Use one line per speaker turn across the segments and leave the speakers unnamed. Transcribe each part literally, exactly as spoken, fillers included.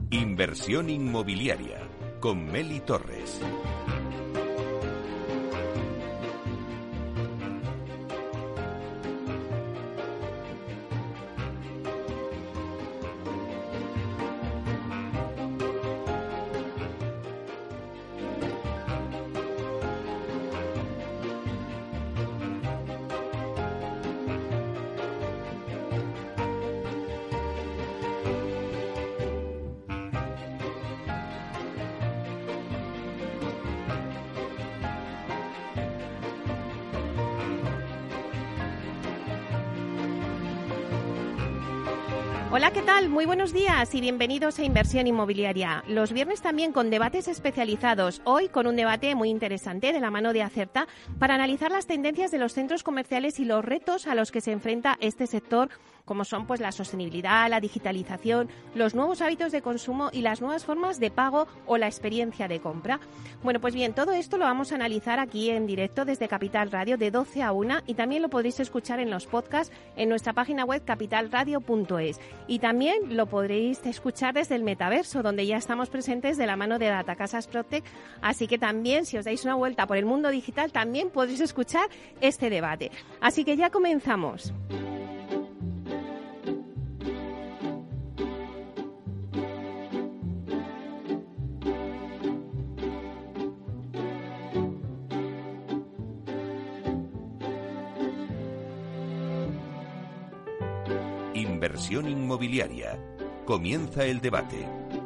Inversión inmobiliaria con Meli Torres.
Hola, ¿qué tal? Muy buenos días y bienvenidos a Inversión Inmobiliaria. Los viernes también con debates especializados. Hoy con un debate muy interesante de la mano de Acerta para analizar las tendencias de los centros comerciales y los retos a los que se enfrenta este sector, como son pues la sostenibilidad, la digitalización, los nuevos hábitos de consumo y las nuevas formas de pago o la experiencia de compra. Bueno, pues bien, todo esto lo vamos a analizar aquí en directo desde Capital Radio de doce a una y también lo podréis escuchar en los podcasts en nuestra página web capital radio punto es. Y también lo podréis escuchar desde el metaverso, donde ya estamos presentes de la mano de Datacasas Protec. Así que también, si os dais una vuelta por el mundo digital, también podréis escuchar este debate. Así que ya comenzamos.
Inversión inmobiliaria. Comienza el debate.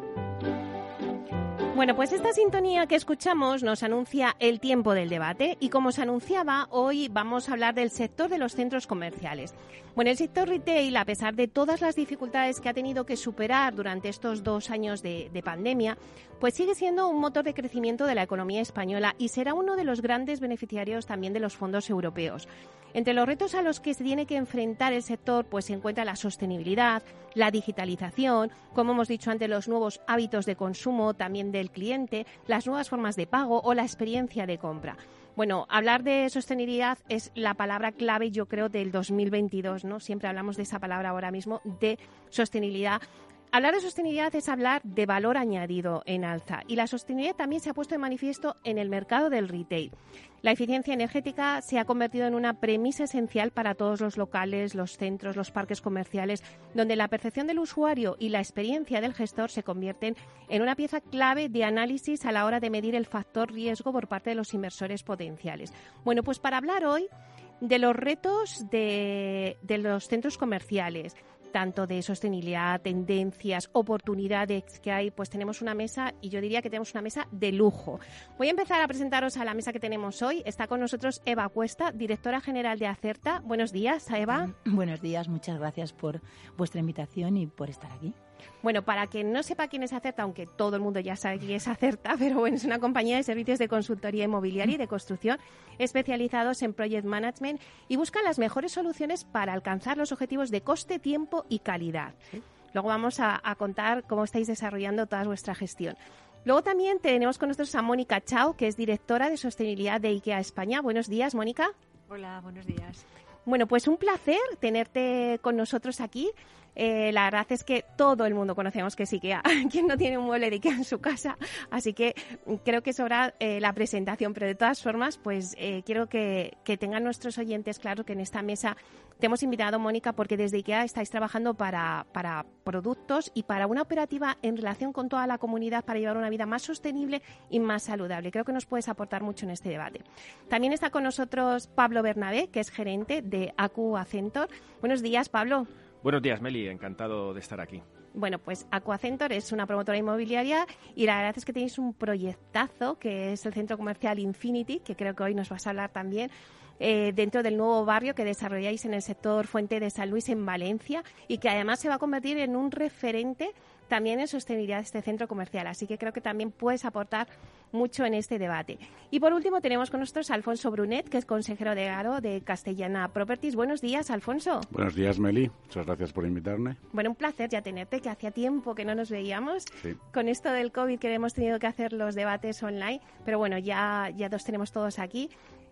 Bueno, pues esta sintonía que escuchamos nos anuncia el tiempo del debate y como se anunciaba, hoy vamos a hablar del sector de los centros comerciales. Bueno, el sector retail, a pesar de todas las dificultades que ha tenido que superar durante estos dos años de, de pandemia, pues sigue siendo un motor de crecimiento de la economía española y será uno de los grandes beneficiarios también de los fondos europeos. Entre los retos a los que se tiene que enfrentar el sector pues se encuentra la sostenibilidad, la digitalización, como hemos dicho antes, los nuevos hábitos de consumo también del cliente, las nuevas formas de pago o la experiencia de compra. Bueno, hablar de sostenibilidad es la palabra clave, yo creo, del dos mil veintidós, ¿no? Siempre hablamos de esa palabra ahora mismo, de sostenibilidad. Hablar de sostenibilidad es hablar de valor añadido en alza y la sostenibilidad también se ha puesto de manifiesto en el mercado del retail. La eficiencia energética se ha convertido en una premisa esencial para todos los locales, los centros, los parques comerciales, donde la percepción del usuario y la experiencia del gestor se convierten en una pieza clave de análisis a la hora de medir el factor riesgo por parte de los inversores potenciales. Bueno, pues para hablar hoy de los retos de, de los centros comerciales, tanto de sostenibilidad, tendencias, oportunidades que hay, pues tenemos una mesa y yo diría que tenemos una mesa de lujo. Voy a empezar a presentaros a la mesa que tenemos hoy. Está con nosotros Eva Cuesta, directora general de Acerta. Buenos días, Eva.
Buenos días, muchas gracias por vuestra invitación y por estar aquí.
Bueno, para quien no sepa quién es Acerta, aunque todo el mundo ya sabe quién es Acerta, pero bueno, es una compañía de servicios de consultoría inmobiliaria y de construcción especializados en project management y buscan las mejores soluciones para alcanzar los objetivos de coste, tiempo y calidad. ¿Sí? Luego vamos a, a contar cómo estáis desarrollando toda vuestra gestión. Luego también tenemos con nosotros a Mónica Chao, que es directora de sostenibilidad de IKEA España. Buenos días, Mónica.
Hola, buenos días.
Bueno, pues un placer tenerte con nosotros aquí. Eh, la verdad es que todo el mundo conocemos que es IKEA. ¿Quién no tiene un mueble de IKEA en su casa? Así que creo que sobra eh, la presentación, pero de todas formas, pues eh, quiero que, que tengan nuestros oyentes claro que en esta mesa te hemos invitado, Mónica, porque desde IKEA estáis trabajando para, para productos y para una operativa en relación con toda la comunidad para llevar una vida más sostenible y más saludable. Creo que nos puedes aportar mucho en este debate. También está con nosotros Pablo Bernabé, que es gerente de Acu Accentor. Buenos días, Pablo.
Buenos días, Meli. Encantado de estar aquí.
Bueno, pues Acu Accentor es una promotora inmobiliaria y la verdad es que tenéis un proyectazo que es el centro comercial Infinity, que creo que hoy nos vas a hablar también, eh, dentro del nuevo barrio que desarrolláis en el sector Fuente de San Luis en Valencia y que además se va a convertir en un referente también en sostenibilidad de este centro comercial. Así que creo que también puedes aportar mucho en este debate. Y por último tenemos con nosotros a Alfonso Brunet, que es consejero delegado de Castellana Properties. Buenos días, Alfonso.
Buenos días, Meli. Muchas gracias por invitarme.
Bueno, un placer ya tenerte, que hacía tiempo que no nos veíamos.
Sí.
Con esto del COVID que hemos tenido que hacer los debates online, pero bueno, ya, ya los tenemos todos aquí.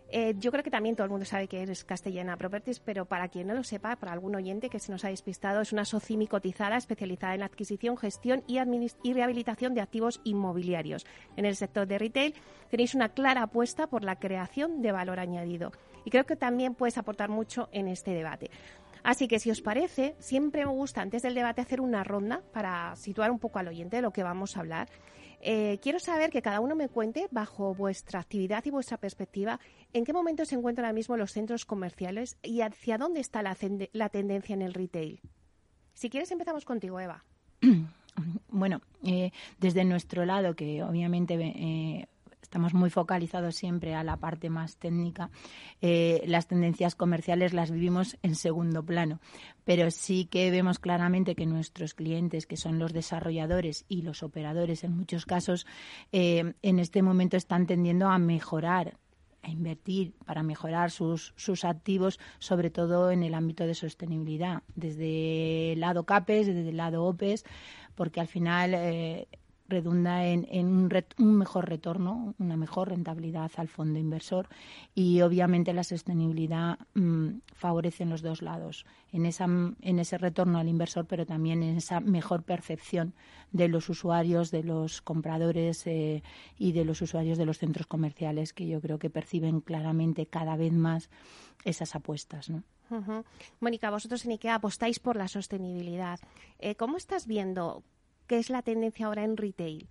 Eh, yo creo que también todo el mundo sabe que eres Castellana Properties, pero para quien no lo sepa, para algún oyente que se nos ha despistado, es una SOCIMI cotizada especializada en la adquisición, gestión y, administ- y rehabilitación de activos inmobiliarios. En el sector de retail tenéis una clara apuesta por la creación de valor añadido y creo que también puedes aportar mucho en este debate. Así que, si os parece, siempre me gusta antes del debate hacer una ronda para situar un poco al oyente de lo que vamos a hablar. Eh, quiero saber que cada uno me cuente, bajo vuestra actividad y vuestra perspectiva, en qué momento se encuentran ahora mismo los centros comerciales y hacia dónde está la, cende- la tendencia en el retail. Si quieres, empezamos contigo, Eva.
Bueno, eh, desde nuestro lado, que obviamente eh, estamos muy focalizados siempre a la parte más técnica, eh, las tendencias comerciales las vivimos en segundo plano, pero sí que vemos claramente que nuestros clientes, que son los desarrolladores y los operadores en muchos casos, eh, en este momento están tendiendo a mejorar, a invertir para mejorar sus, sus activos, sobre todo en el ámbito de sostenibilidad, desde el lado CAPES, desde el lado OPES, porque al final eh, redunda en, en un, ret, un mejor retorno, una mejor rentabilidad al fondo inversor, y obviamente la sostenibilidad mmm, favorece en los dos lados, en, esa, en ese retorno al inversor, pero también en esa mejor percepción de los usuarios, de los compradores eh, y de los usuarios de los centros comerciales, que yo creo que perciben claramente cada vez más esas apuestas, ¿no?
Uh-huh. Mónica, vosotros en IKEA apostáis por la sostenibilidad. Eh, ¿Cómo estás viendo qué es la tendencia ahora en retail?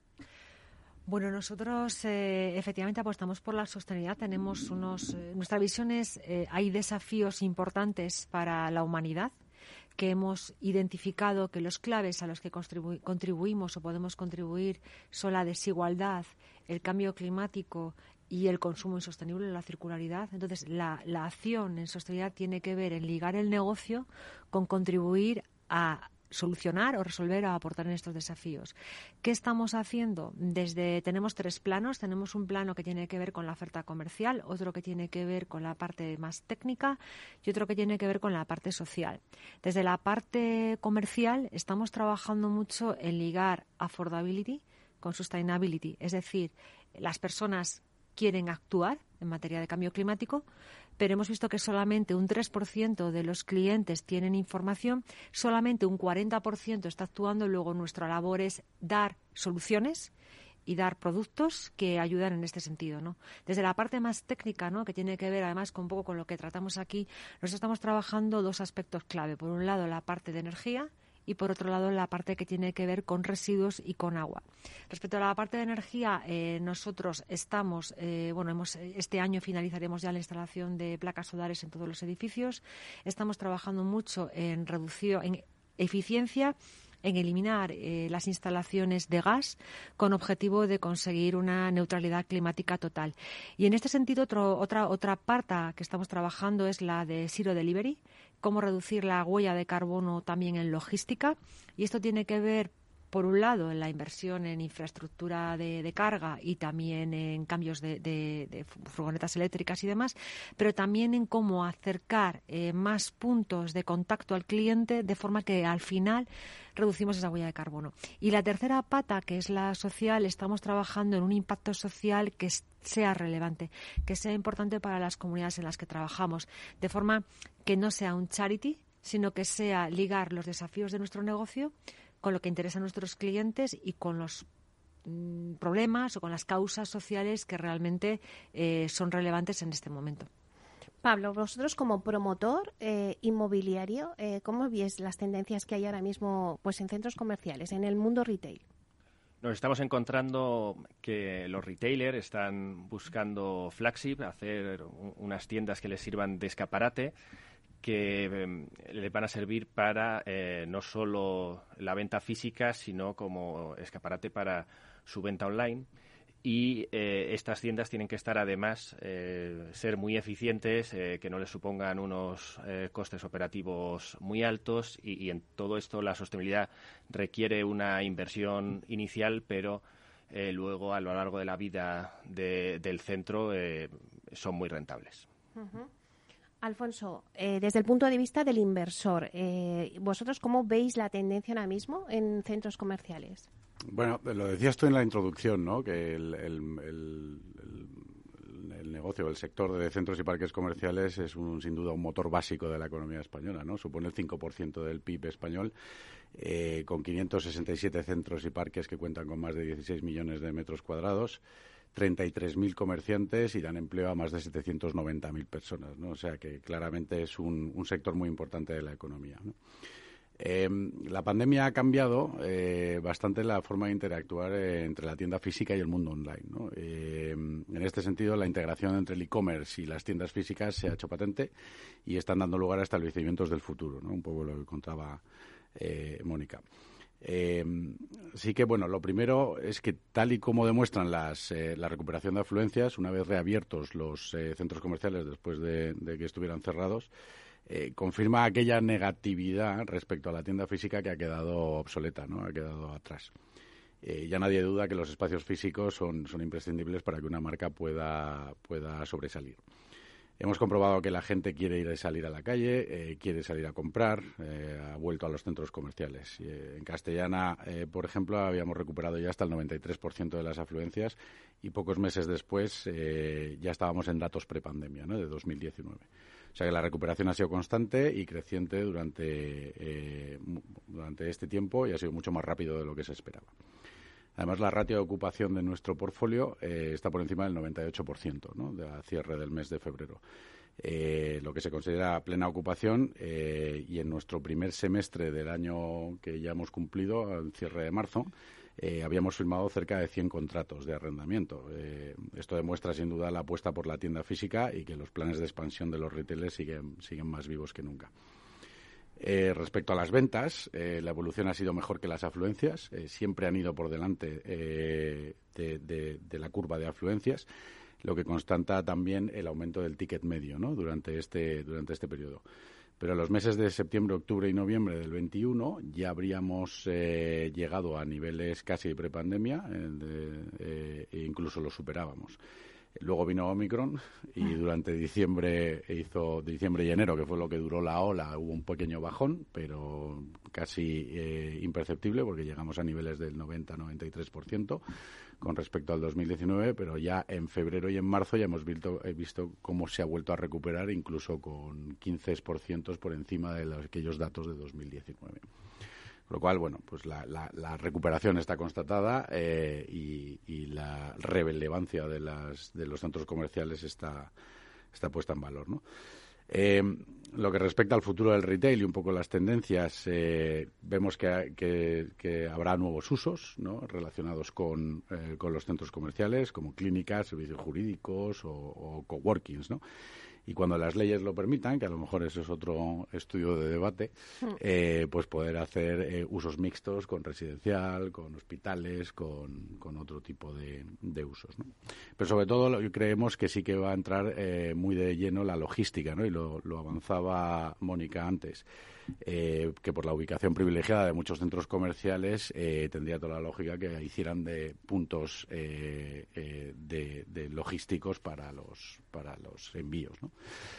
Bueno, nosotros eh, efectivamente apostamos por la sostenibilidad. Tenemos unos, eh, nuestra visión es, eh, hay desafíos importantes para la humanidad que hemos identificado que los claves a los que contribu- contribuimos o podemos contribuir son la desigualdad, el cambio climático y el consumo insostenible, la circularidad. Entonces, la, la acción en sostenibilidad tiene que ver en ligar el negocio con contribuir a solucionar o resolver o aportar en estos desafíos. ¿Qué estamos haciendo? Desde tenemos tres planos. Tenemos un plano que tiene que ver con la oferta comercial, otro que tiene que ver con la parte más técnica y otro que tiene que ver con la parte social. Desde la parte comercial estamos trabajando mucho en ligar affordability con sustainability, es decir, las personas quieren actuar en materia de cambio climático, pero hemos visto que solamente un tres por ciento de los clientes tienen información, solamente un cuarenta por ciento está actuando. Luego nuestra labor es dar soluciones y dar productos que ayudan en este sentido, ¿no? Desde la parte más técnica, ¿no?, que tiene que ver además con un poco con lo que tratamos aquí, nosotros estamos trabajando dos aspectos clave. Por un lado, la parte de energía, y por otro lado la parte que tiene que ver con residuos y con agua. Respecto a la parte de energía, eh, nosotros estamos, eh, bueno, hemos, este año finalizaremos ya la instalación de placas solares en todos los edificios. Estamos trabajando mucho en reducción, en eficiencia, en eliminar eh, las instalaciones de gas con objetivo de conseguir una neutralidad climática total. Y en este sentido, otro, otra, otra parte que estamos trabajando es la de Zero Delivery, cómo reducir la huella de carbono también en logística. Y esto tiene que ver, por un lado, en la inversión en infraestructura de, de carga y también en cambios de, de, de furgonetas eléctricas y demás, pero también en cómo acercar eh, más puntos de contacto al cliente de forma que al final reducimos esa huella de carbono. Y la tercera pata, que es la social, estamos trabajando en un impacto social que sea relevante, que sea importante para las comunidades en las que trabajamos, de forma que no sea un charity, sino que sea ligar los desafíos de nuestro negocio con lo que interesa a nuestros clientes y con los mm, problemas o con las causas sociales que realmente eh, son relevantes en este momento.
Pablo, vosotros como promotor eh, inmobiliario, eh, ¿cómo veis las tendencias que hay ahora mismo pues en centros comerciales, en el mundo retail?
Nos estamos encontrando que los retailers están buscando flagship, hacer un, unas tiendas que les sirvan de escaparate, que eh, les van a servir para eh, no solo la venta física, sino como escaparate para su venta online. Y eh, estas tiendas tienen que estar, además, eh, ser muy eficientes, eh, que no les supongan unos eh, costes operativos muy altos y, y en todo esto la sostenibilidad requiere una inversión inicial, pero eh, luego a lo largo de la vida de, del centro eh, son muy rentables.
Uh-huh. Alfonso, eh, desde el punto de vista del inversor, eh, ¿vosotros cómo veis la tendencia ahora mismo en centros comerciales?
Bueno, lo decías tú en la introducción, ¿no? Que el, el, el, el, el negocio, el sector de centros y parques comerciales es un, sin duda un motor básico de la economía española, ¿no? Supone el cinco por ciento del P I B español, eh, con quinientos sesenta y siete centros y parques que cuentan con más de dieciséis millones de metros cuadrados, treinta y tres mil comerciantes y dan empleo a más de setecientos noventa mil personas, ¿no? O sea que claramente es un, un sector muy importante de la economía, ¿no? Eh, la pandemia ha cambiado eh, bastante la forma de interactuar eh, entre la tienda física y el mundo online, ¿no? Eh, en este sentido, la integración entre el e-commerce y las tiendas físicas se ha hecho patente y están dando lugar a establecimientos del futuro, ¿no? Un poco lo que contaba eh, Mónica. Eh, sí que, bueno, lo primero es que tal y como demuestran las, eh, la recuperación de afluencias, una vez reabiertos los eh, centros comerciales después de, de que estuvieran cerrados, eh, confirma aquella negatividad respecto a la tienda física que ha quedado obsoleta, ¿no? Ha quedado atrás. Eh, ya nadie duda que los espacios físicos son, son imprescindibles para que una marca pueda, pueda sobresalir. Hemos comprobado que la gente quiere ir a salir a la calle, eh, quiere salir a comprar, eh, ha vuelto a los centros comerciales. Eh, en Castellana, eh, por ejemplo, habíamos recuperado ya hasta el noventa y tres por ciento de las afluencias y pocos meses después eh, ya estábamos en datos prepandemia, ¿no?, de dos mil diecinueve. O sea que la recuperación ha sido constante y creciente durante, eh, durante este tiempo y ha sido mucho más rápido de lo que se esperaba. Además, la ratio de ocupación de nuestro portfolio eh, está por encima del noventa y ocho por ciento, ¿no?, de a cierre del mes de febrero. Eh, lo que se considera plena ocupación eh, y en nuestro primer semestre del año que ya hemos cumplido, al cierre de marzo, eh, habíamos firmado cerca de cien contratos de arrendamiento. Eh, esto demuestra sin duda la apuesta por la tienda física y que los planes de expansión de los retailers siguen, siguen más vivos que nunca. Eh, respecto a las ventas, eh, la evolución ha sido mejor que las afluencias. Eh, siempre han ido por delante eh, de, de, de la curva de afluencias, lo que constata también el aumento del ticket medio, ¿no?, durante este, durante este periodo. Pero en los meses de septiembre, octubre y noviembre del veintiuno ya habríamos eh, llegado a niveles casi de prepandemia eh, de, eh, e incluso los superábamos. Luego vino Omicron y durante diciembre hizo diciembre y enero, que fue lo que duró la ola, hubo un pequeño bajón, pero casi eh, imperceptible porque llegamos a niveles del noventa a noventa y tres por ciento con respecto al dos mil diecinueve, pero ya en febrero y en marzo ya hemos visto, he visto cómo se ha vuelto a recuperar, incluso con quince por ciento por encima de los, aquellos datos de dos mil diecinueve. Con lo cual, bueno, pues la, la, la recuperación está constatada eh, y, y la relevancia de, las, de los centros comerciales está, está puesta en valor, ¿no? Eh, lo que respecta al futuro del retail y un poco las tendencias, eh, vemos que, que, que habrá nuevos usos, ¿no?, relacionados con, eh, con los centros comerciales, como clínicas, servicios jurídicos o, o coworkings, ¿no? Y cuando las leyes lo permitan, que a lo mejor eso es otro estudio de debate, eh, pues poder hacer eh, usos mixtos con residencial, con hospitales, con, con otro tipo de, de usos, ¿no? Pero sobre todo lo, creemos que sí que va a entrar eh, muy de lleno la logística, ¿no? Y lo, lo avanzaba Mónica antes. Eh, que por la ubicación privilegiada de muchos centros comerciales eh, tendría toda la lógica que hicieran de puntos eh, eh, de, de logísticos para los para los envíos, ¿no?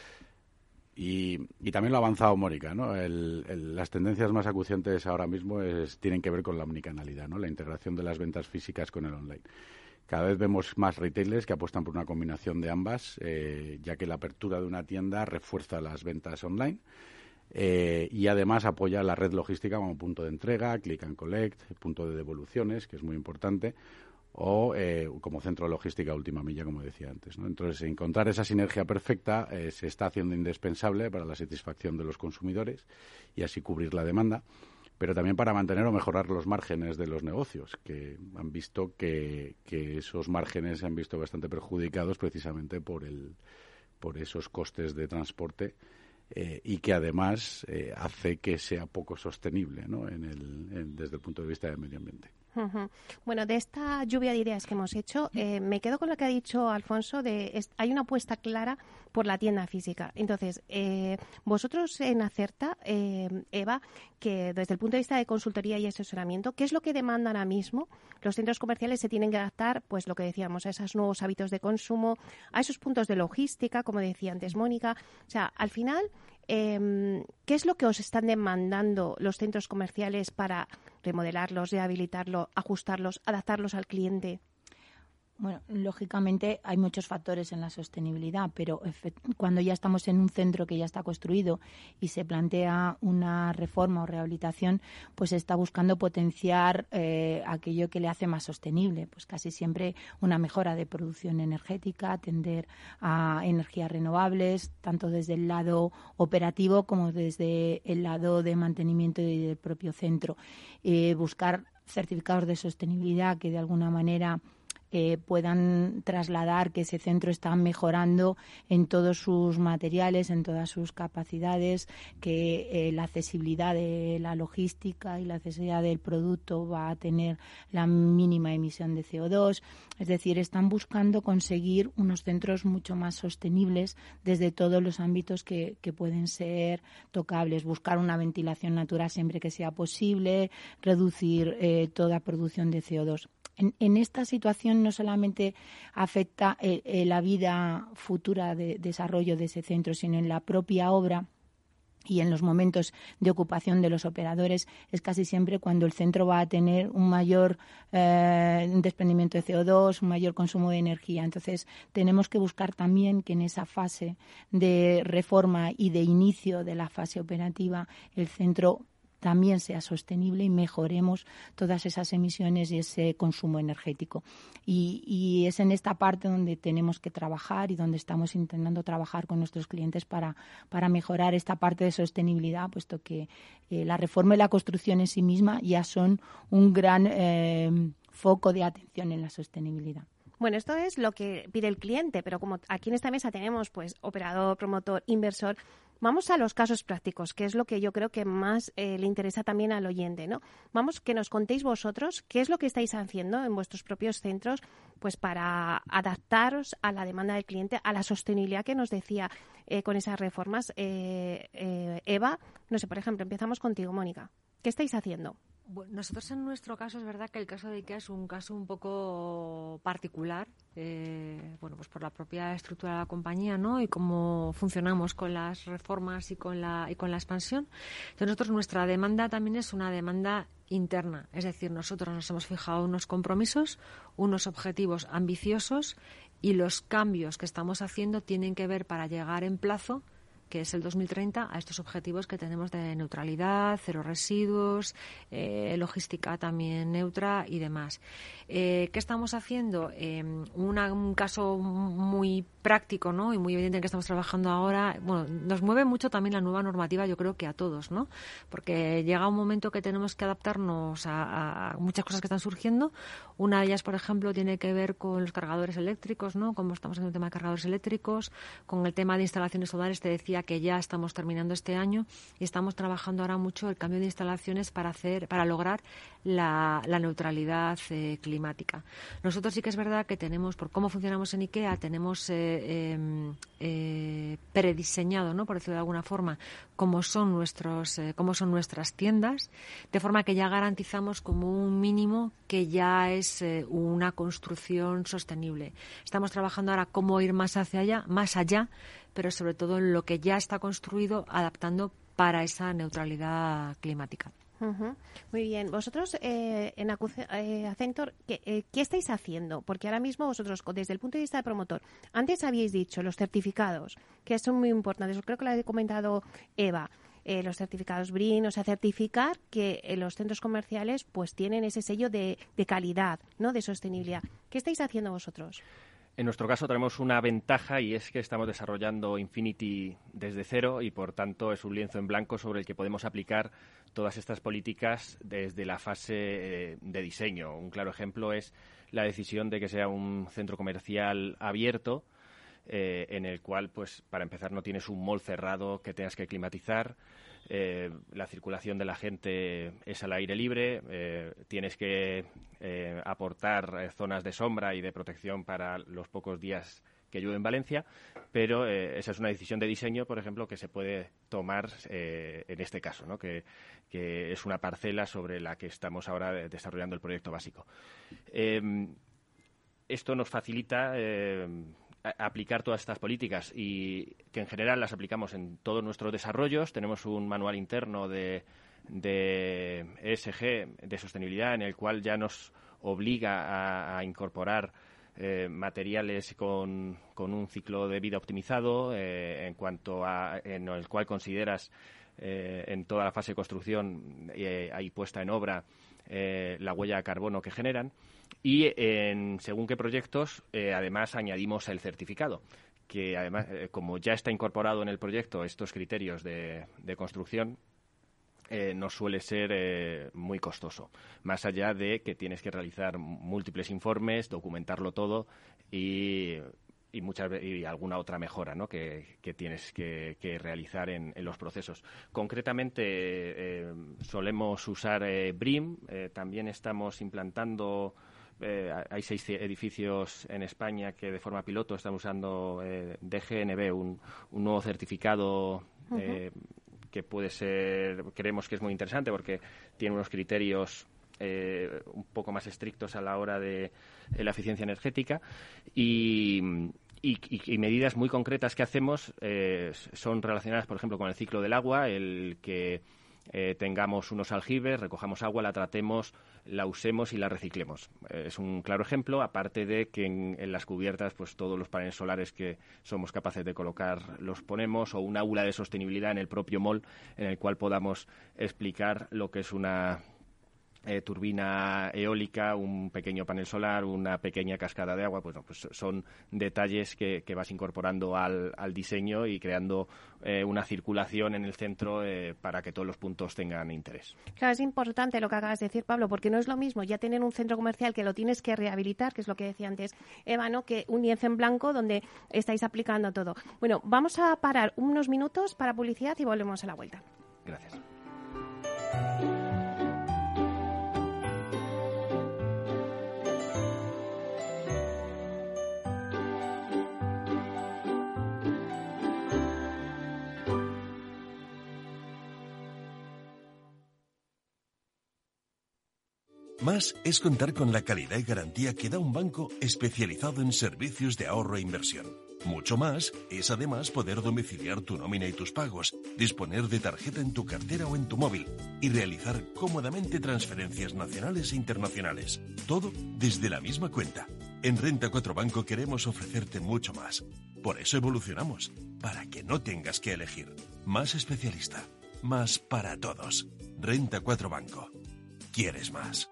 Y, y también lo ha avanzado Mónica, ¿no? El, el, las tendencias más acuciantes ahora mismo es, tienen que ver con la omnicanalidad, ¿no?, la integración de las ventas físicas con el online. Cada vez vemos más retailers que apuestan por una combinación de ambas, eh, ya que la apertura de una tienda refuerza las ventas online. Eh, y además apoya la red logística como punto de entrega, click and collect, punto de devoluciones, que es muy importante, o eh, como centro de logística última milla, como decía antes, ¿no? Entonces, encontrar esa sinergia perfecta eh, se está haciendo indispensable para la satisfacción de los consumidores y así cubrir la demanda, pero también para mantener o mejorar los márgenes de los negocios, que han visto que, que esos márgenes se han visto bastante perjudicados precisamente por, el, por esos costes de transporte. Eh, y que además eh, hace que sea poco sostenible, ¿no?, en el, en, desde el punto de vista del medio ambiente.
Uh-huh. Bueno, de esta lluvia de ideas que hemos hecho, eh, me quedo con lo que ha dicho Alfonso, de es, hay una apuesta clara por la tienda física. Entonces, eh, vosotros en Acerta, eh, Eva, que desde el punto de vista de consultoría y asesoramiento, ¿qué es lo que demandan ahora mismo? Los centros comerciales se tienen que adaptar, pues lo que decíamos, a esos nuevos hábitos de consumo, a esos puntos de logística, como decía antes Mónica. O sea, al final, eh, ¿qué es lo que os están demandando los centros comerciales para remodelarlos, rehabilitarlos, ajustarlos, adaptarlos al cliente?
Bueno, lógicamente hay muchos factores en la sostenibilidad, pero cuando ya estamos en un centro que ya está construido y se plantea una reforma o rehabilitación, pues se está buscando potenciar eh, aquello que le hace más sostenible. Pues casi siempre una mejora de producción energética, atender a energías renovables, tanto desde el lado operativo como desde el lado de mantenimiento del propio centro. Eh, buscar certificados de sostenibilidad que de alguna manera Eh, puedan trasladar que ese centro está mejorando en todos sus materiales, en todas sus capacidades, que eh, la accesibilidad de la logística y la accesibilidad del producto va a tener la mínima emisión de C O dos. Es decir, están buscando conseguir unos centros mucho más sostenibles desde todos los ámbitos que, que pueden ser tocables. Buscar una ventilación natural siempre que sea posible, reducir eh, toda producción de C O dos. En, en esta situación no solamente afecta eh, eh, la vida futura de desarrollo de ese centro, sino en la propia obra y en los momentos de ocupación de los operadores es casi siempre cuando el centro va a tener un mayor eh, desprendimiento de C O dos, un mayor consumo de energía. Entonces, tenemos que buscar también que en esa fase de reforma y de inicio de la fase operativa el centro también sea sostenible y mejoremos todas esas emisiones y ese consumo energético. Y, y es en esta parte donde tenemos que trabajar y donde estamos intentando trabajar con nuestros clientes para, para mejorar esta parte de sostenibilidad, puesto que eh, la reforma y la construcción en sí misma ya son un gran eh, foco de atención en la sostenibilidad.
Bueno, esto es lo que pide el cliente, pero como aquí en esta mesa tenemos pues operador, promotor, inversor, vamos a los casos prácticos, que es lo que yo creo que más eh, le interesa también al oyente, ¿no? Vamos, que nos contéis vosotros qué es lo que estáis haciendo en vuestros propios centros pues para adaptaros a la demanda del cliente, a la sostenibilidad que nos decía eh, con esas reformas. Eh, eh, Eva, no sé, por ejemplo, empezamos contigo, Mónica. ¿Qué estáis haciendo?
Bueno, nosotros en nuestro caso es verdad que el caso de IKEA es un caso un poco particular, eh, bueno, pues por la propia estructura de la compañía, ¿no? Y cómo funcionamos con las reformas y con la y con la expansión. Entonces nosotros nuestra demanda también es una demanda interna, es decir, nosotros nos hemos fijado unos compromisos, unos objetivos ambiciosos y los cambios que estamos haciendo tienen que ver para llegar en plazo, que es el dos mil treinta, a estos objetivos que tenemos de neutralidad, cero residuos, eh, logística también neutra y demás. Eh, ¿Qué estamos haciendo? Eh, una, un caso muy práctico, ¿no? Y muy evidente en que estamos trabajando ahora. Bueno, nos mueve mucho también la nueva normativa, yo creo que a todos, ¿no? Porque llega un momento que tenemos que adaptarnos a, a muchas cosas que están surgiendo. Una de ellas, por ejemplo, tiene que ver con los cargadores eléctricos, ¿no? Como estamos en el tema de cargadores eléctricos, con el tema de instalaciones solares, te decía que ya estamos terminando este año y estamos trabajando ahora mucho el cambio de instalaciones para hacer, para lograr la, la neutralidad eh, climática. Nosotros sí que es verdad que tenemos, por cómo funcionamos en IKEA, tenemos eh, eh, eh, prediseñado, ¿no? Por decirlo de alguna forma, cómo son nuestros, eh, cómo son nuestras tiendas, de forma que ya garantizamos como un mínimo que ya es eh, una construcción sostenible. Estamos trabajando ahora cómo ir más hacia allá, más allá, pero sobre todo en lo que ya está construido, adaptando para esa neutralidad climática.
Uh-huh. Muy bien. Vosotros eh, en Acuce- eh, Accenture, ¿qué, eh, ¿qué estáis haciendo? Porque ahora mismo vosotros, desde el punto de vista de promotor, antes habíais dicho los certificados, que son muy importantes. Creo que lo ha comentado Eva. Eh, los certificados B R I N, o sea, certificar que eh, los centros comerciales pues tienen ese sello de, de calidad, ¿no? De sostenibilidad. ¿Qué estáis haciendo vosotros?
En nuestro caso tenemos una ventaja y es que estamos desarrollando Infinity desde cero y, por tanto, es un lienzo en blanco sobre el que podemos aplicar todas estas políticas desde la fase de diseño. Un claro ejemplo es la decisión de que sea un centro comercial abierto, eh, en el cual, pues, para empezar, no tienes un mall cerrado que tengas que climatizar. Eh, la circulación de la gente es al aire libre, eh, tienes que eh, aportar eh, zonas de sombra y de protección para los pocos días que llueve en Valencia, pero eh, esa es una decisión de diseño, por ejemplo, que se puede tomar eh, en este caso, ¿no? que, que es una parcela sobre la que estamos ahora desarrollando el proyecto básico. Eh, esto nos facilita eh, aplicar todas estas políticas y que en general las aplicamos en todos nuestros desarrollos. Tenemos un manual interno de, de E S G, de sostenibilidad, en el cual ya nos obliga a, a incorporar eh, materiales con, con un ciclo de vida optimizado, eh, en cuanto a en el cual consideras eh, en toda la fase de construcción eh, y puesta en obra eh, la huella de carbono que generan. Y en según qué proyectos, eh, además añadimos el certificado, que además, eh, como ya está incorporado en el proyecto estos criterios de, de construcción, eh, no suele ser eh, muy costoso, más allá de que tienes que realizar múltiples informes, documentarlo todo y, y, muchas, y alguna otra mejora, ¿no?, que, que tienes que, que realizar en, en los procesos. Concretamente, eh, solemos usar eh, B R I M, eh, también estamos implantando... Eh, hay seis edificios en España que de forma piloto están usando eh, D G N B, un, un nuevo certificado eh, uh-huh. que puede ser, creemos que es muy interesante porque tiene unos criterios eh, un poco más estrictos a la hora de, de la eficiencia energética y, y, y medidas muy concretas que hacemos eh, son relacionadas, por ejemplo, con el ciclo del agua, el que Eh, tengamos unos aljibes, recojamos agua, la tratemos, la usemos y la reciclemos. Eh, es un claro ejemplo, aparte de que en, en las cubiertas pues todos los paneles solares que somos capaces de colocar los ponemos, o un aula de sostenibilidad en el propio mall en el cual podamos explicar lo que es una Eh, turbina eólica, un pequeño panel solar, una pequeña cascada de agua. Bueno, pues son detalles que, que vas incorporando al, al diseño y creando eh, una circulación en el centro eh, para que todos los puntos tengan interés.
Claro, es importante lo que acabas de decir, Pablo, porque no es lo mismo ya tener un centro comercial que lo tienes que rehabilitar, que es lo que decía antes Eva, ¿no?, que un lienzo en blanco donde estáis aplicando todo. Bueno, vamos a parar unos minutos para publicidad y volvemos a la vuelta.
Gracias.
Más es contar con la calidad y garantía que da un banco especializado en servicios de ahorro e inversión. Mucho más es además poder domiciliar tu nómina y tus pagos, disponer de tarjeta en tu cartera o en tu móvil y realizar cómodamente transferencias nacionales e internacionales. Todo desde la misma cuenta. En Renta cuatro Banco queremos ofrecerte mucho más. Por eso evolucionamos, para que no tengas que elegir. Más especialista, más para todos. Renta cuatro Banco. ¿Quieres más?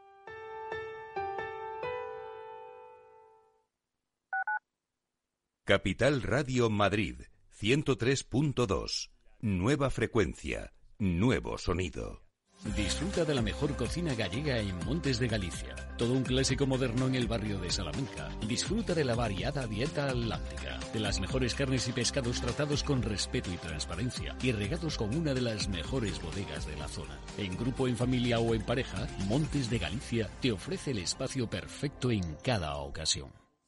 Capital Radio Madrid, ciento tres punto dos. Nueva frecuencia, nuevo sonido.
Disfruta de la mejor cocina gallega en Montes de Galicia. Todo un clásico moderno en el barrio de Salamanca. Disfruta de la variada dieta atlántica, de las mejores carnes y pescados tratados con respeto y transparencia y regados con una de las mejores bodegas de la zona. En grupo, en familia o en pareja, Montes de Galicia te ofrece el espacio perfecto en cada ocasión.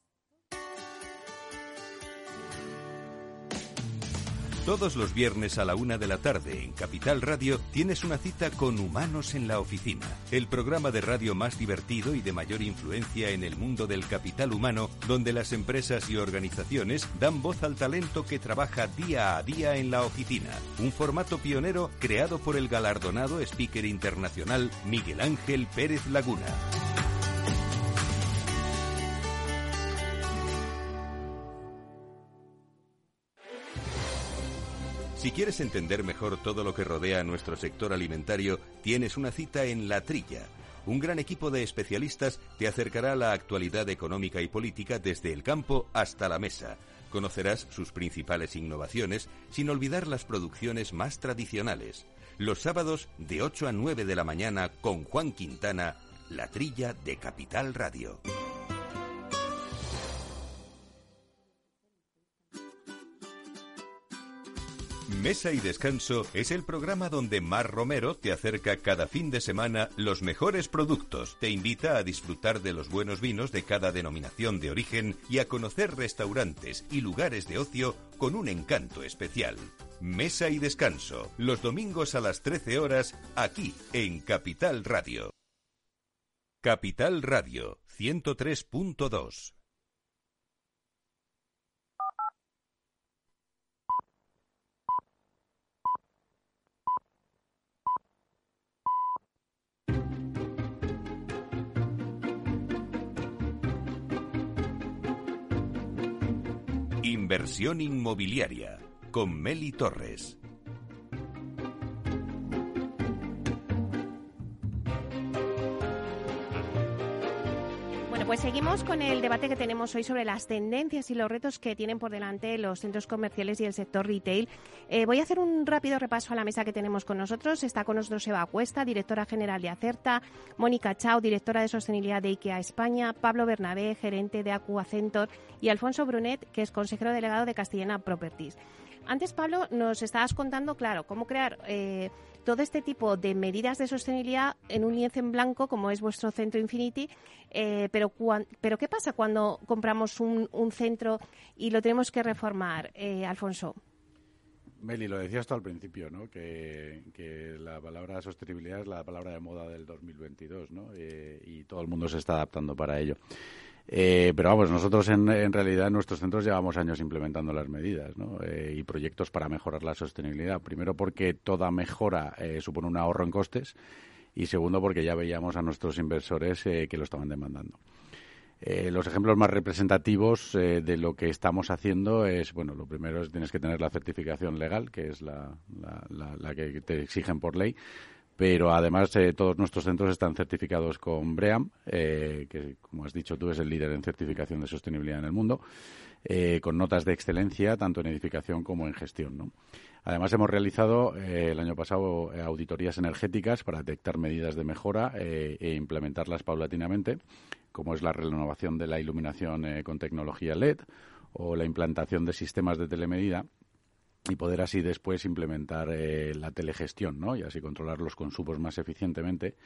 Todos los viernes a la una de la tarde en Capital Radio tienes una cita con Humanos en la Oficina, el programa de radio más divertido y de mayor influencia en el mundo del capital humano, donde las empresas y organizaciones dan voz al talento que trabaja día a día en la oficina. Un formato pionero creado por el galardonado speaker internacional Miguel Ángel Pérez Laguna. Si quieres entender mejor todo lo que rodea a nuestro sector alimentario, tienes una cita en La Trilla. Un gran equipo de especialistas te acercará a la actualidad económica y política desde el campo hasta la mesa. Conocerás sus principales innovaciones, sin olvidar las producciones más tradicionales. Los sábados de ocho a nueve de la mañana con Juan Quintana, La Trilla de Capital Radio. Mesa y Descanso es el programa donde Mar Romero te acerca cada fin de semana los mejores productos, te invita a disfrutar de los buenos vinos de cada denominación de origen y a conocer restaurantes y lugares de ocio con un encanto especial. Mesa y Descanso, los domingos a las trece horas, aquí en Capital Radio. Capital Radio, ciento tres punto dos. Inversión inmobiliaria con Meli Torres.
Pues seguimos con el debate que tenemos hoy sobre las tendencias y los retos que tienen por delante los centros comerciales y el sector retail. Eh, voy a hacer un rápido repaso a la mesa que tenemos con nosotros. Está con nosotros Eva Cuesta, directora general de Acerta, Mónica Chao, directora de sostenibilidad de IKEA España, Pablo Bernabé, gerente de Acuacentor, y Alfonso Brunet, que es consejero delegado de Castellana Properties. Antes, Pablo, nos estabas contando, claro, cómo crear eh, todo este tipo de medidas de sostenibilidad en un lienzo en blanco, como es vuestro centro Infinity, eh, pero, cuan, pero ¿qué pasa cuando compramos un, un centro y lo tenemos que reformar, eh, Alfonso?
Meli, lo decías tú al principio, ¿no? Que, que la palabra sostenibilidad es la palabra de moda del dos mil veintidós, ¿no? Eh, y todo el mundo se está adaptando para ello. Eh, pero vamos, nosotros en, en realidad en nuestros centros llevamos años implementando las medidas, ¿no? eh, y proyectos para mejorar la sostenibilidad. Primero porque toda mejora eh, supone un ahorro en costes y segundo porque ya veíamos a nuestros inversores eh, que lo estaban demandando. Eh, los ejemplos más representativos eh, de lo que estamos haciendo es, bueno, lo primero es tienes que tener la certificación legal, que es la, la, la, la que te exigen por ley. Pero además eh, todos nuestros centros están certificados con BREEAM, eh, que como has dicho tú es el líder en certificación de sostenibilidad en el mundo, eh, con notas de excelencia tanto en edificación como en gestión, ¿no? Además hemos realizado eh, el año pasado eh, auditorías energéticas para detectar medidas de mejora eh, e implementarlas paulatinamente, como es la renovación de la iluminación eh, con tecnología L E D o la implantación de sistemas de telemedida, y poder así después implementar eh, la telegestión, ¿no? Y así controlar los consumos más eficientemente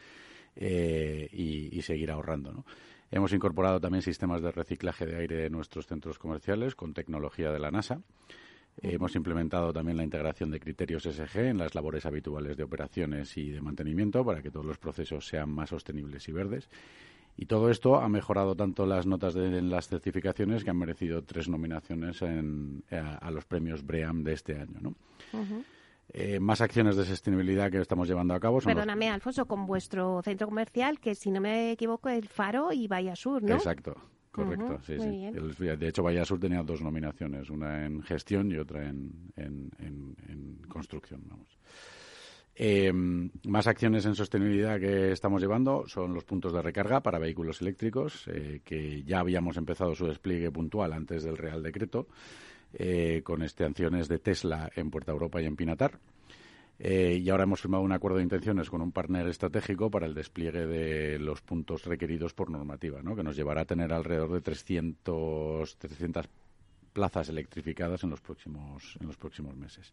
eh, y, y seguir ahorrando, ¿no? Hemos incorporado también sistemas de reciclaje de aire en nuestros centros comerciales con tecnología de la NASA. Eh, hemos implementado también la integración de criterios E S G en las labores habituales de operaciones y de mantenimiento para que todos los procesos sean más sostenibles y verdes. Y todo esto ha mejorado tanto las notas de en las certificaciones que han merecido tres nominaciones en, a, a los premios BREEAM de este año, ¿no? Uh-huh. Eh, más acciones de sostenibilidad que estamos llevando a cabo son
Perdóname, los... Alfonso, con vuestro centro comercial, que si no me equivoco, el Faro y Bahía Sur, ¿no?
Exacto, correcto, uh-huh. sí, Muy sí. Bien. El, de hecho, Bahía Sur tenía dos nominaciones, una en gestión y otra en, en, en, en construcción, vamos. Eh, más acciones en sostenibilidad que estamos llevando son los puntos de recarga para vehículos eléctricos, eh, que ya habíamos empezado su despliegue puntual antes del Real Decreto, eh, con estaciones de Tesla en Puerta Europa y en Pinatar. Eh, y ahora hemos firmado un acuerdo de intenciones con un partner estratégico para el despliegue de los puntos requeridos por normativa, ¿no? Que nos llevará a tener alrededor de trescientas plazas electrificadas en los próximos, en los próximos meses.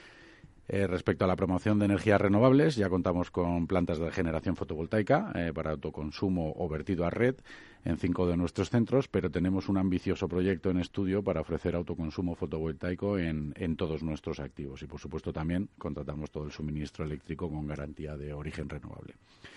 Eh, respecto a la promoción de energías renovables, ya contamos con plantas de generación fotovoltaica eh, para autoconsumo o vertido a red en cinco de nuestros centros, pero tenemos un ambicioso proyecto en estudio para ofrecer autoconsumo fotovoltaico en, en todos nuestros activos y, por supuesto, también contratamos todo el suministro eléctrico con garantía de origen renovable.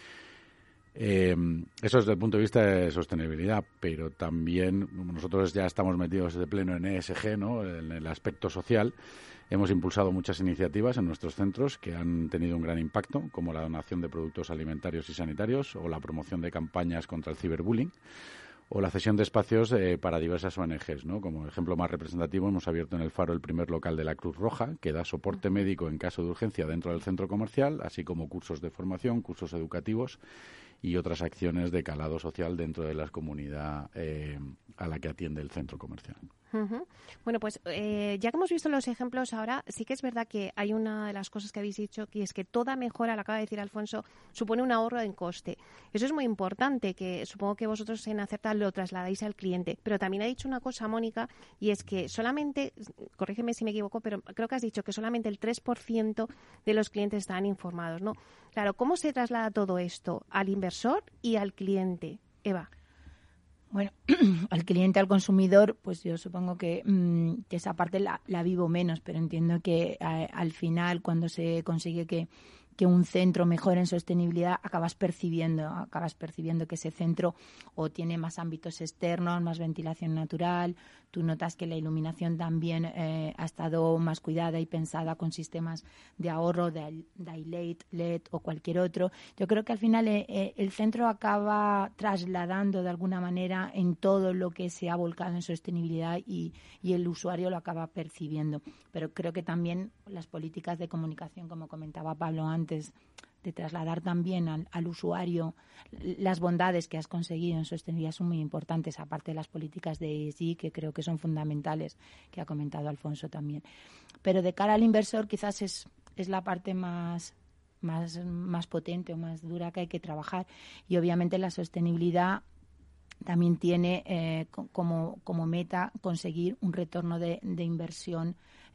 Eh, eso desde el punto de vista de sostenibilidad, pero también nosotros ya estamos metidos de pleno en E S G, ¿no? En el aspecto social. Hemos impulsado muchas iniciativas en nuestros centros que han tenido un gran impacto, como la donación de productos alimentarios y sanitarios o la promoción de campañas contra el ciberbullying o la cesión de espacios eh, para diversas O N Ges, ¿no? Como ejemplo más representativo, hemos abierto en el Faro el primer local de la Cruz Roja, que da soporte médico en caso de urgencia dentro del centro comercial, así como cursos de formación, cursos educativos y otras acciones de calado social dentro de la comunidad eh, a la que atiende el centro comercial.
Uh-huh. Bueno, pues eh, ya que hemos visto los ejemplos ahora, sí que es verdad que hay una de las cosas que habéis dicho, que es que toda mejora, lo acaba de decir Alfonso, supone un ahorro en coste. Eso es muy importante, que supongo que vosotros en Acerta lo trasladáis al cliente. Pero también ha dicho una cosa, Mónica, y es que solamente, corrígeme si me equivoco, pero creo que has dicho que solamente el tres por ciento de los clientes están informados, ¿no? Claro, ¿cómo se traslada todo esto al inversor y al cliente? Eva.
Bueno, al cliente, al consumidor, pues yo supongo que, mmm, que esa parte la, la vivo menos, pero entiendo que a, al final, cuando se consigue que, que un centro mejora en sostenibilidad, acabas percibiendo, acabas percibiendo que ese centro o tiene más ámbitos externos, más ventilación natural. Tú notas que la iluminación también eh, ha estado más cuidada y pensada con sistemas de ahorro, de Dilate, L E D o cualquier otro. Yo creo que al final eh, el centro acaba trasladando de alguna manera en todo lo que se ha volcado en sostenibilidad y, y el usuario lo acaba percibiendo. Pero creo que también las políticas de comunicación, como comentaba Pablo antes, de trasladar también al, al usuario las bondades que has conseguido en sostenibilidad son muy importantes, aparte de las políticas de E S G, que creo que son fundamentales, que ha comentado Alfonso también. Pero de cara al inversor quizás es, es la parte más, más, más potente o más dura que hay que trabajar. Y obviamente la sostenibilidad también tiene eh, como, como meta conseguir un retorno de, de inversión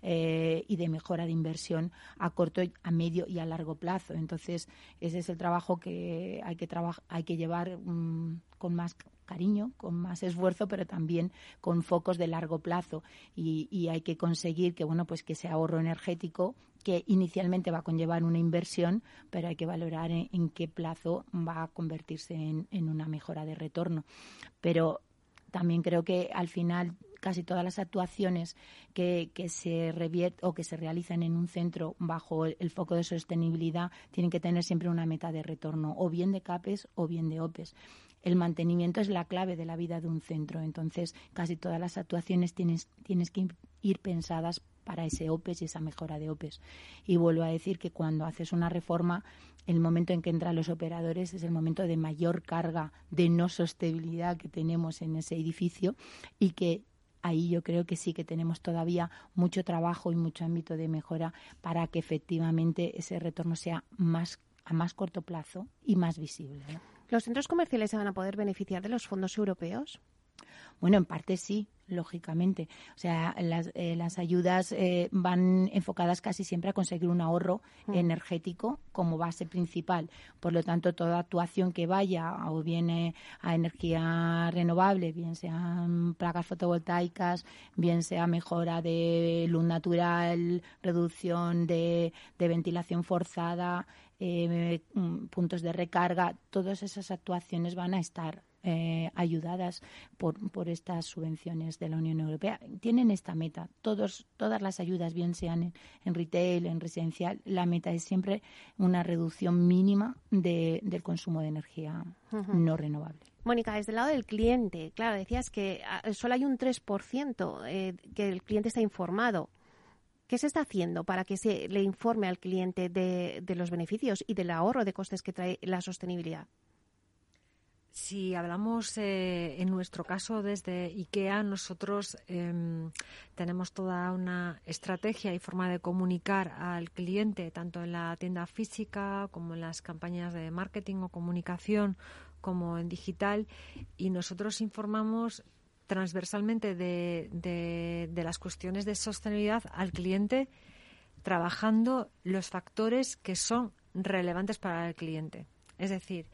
eh, y de mejora de inversión a corto, a medio y a largo plazo. Entonces, ese es el trabajo que hay que, traba- hay que llevar um, con más cariño, con más esfuerzo, pero también con focos de largo plazo. Y, y hay que conseguir que, bueno, pues que ese ahorro energético, que inicialmente va a conllevar una inversión, pero hay que valorar en, en qué plazo va a convertirse en, en una mejora de retorno. Pero también creo que al final casi todas las actuaciones que, que se revierten o que se realizan en un centro bajo el, el foco de sostenibilidad tienen que tener siempre una meta de retorno, o bien de CAPEX o bien de OPEX. El mantenimiento es la clave de la vida de un centro, entonces casi todas las actuaciones tienes, tienes que ir pensadas para ese OPEX y esa mejora de OPEX. Y vuelvo a decir que cuando haces una reforma, el momento en que entran los operadores es el momento de mayor carga de no sostenibilidad que tenemos en ese edificio, y que ahí yo creo que sí que tenemos todavía mucho trabajo y mucho ámbito de mejora para que efectivamente ese retorno sea más a más corto plazo y más visible, ¿no?
¿Los centros comerciales se van a poder beneficiar de los fondos europeos?
Bueno, en parte sí, lógicamente. O sea, las, eh, las ayudas eh, van enfocadas casi siempre a conseguir un ahorro mm. energético como base principal. Por lo tanto, toda actuación que vaya o viene a energía renovable, bien sean placas fotovoltaicas, bien sea mejora de luz natural, reducción de, de ventilación forzada, eh, puntos de recarga, todas esas actuaciones van a estar Eh, ayudadas por, por estas subvenciones de la Unión Europea. Tienen esta meta. Todos, todas las ayudas, bien sean en, en retail, en residencial, la meta es siempre una reducción mínima de, del consumo de energía uh-huh. no renovable.
Mónica, desde el lado del cliente, claro, decías que solo hay un tres por ciento eh, que el cliente está informado. ¿Qué se está haciendo para que se le informe al cliente de, de los beneficios y del ahorro de costes que trae la sostenibilidad?
Si hablamos eh, en nuestro caso desde IKEA, nosotros eh, tenemos toda una estrategia y forma de comunicar al cliente, tanto en la tienda física como en las campañas de marketing o comunicación, como en digital, y nosotros informamos transversalmente de, de, de las cuestiones de sostenibilidad al cliente, trabajando los factores que son relevantes para el cliente. Es decir,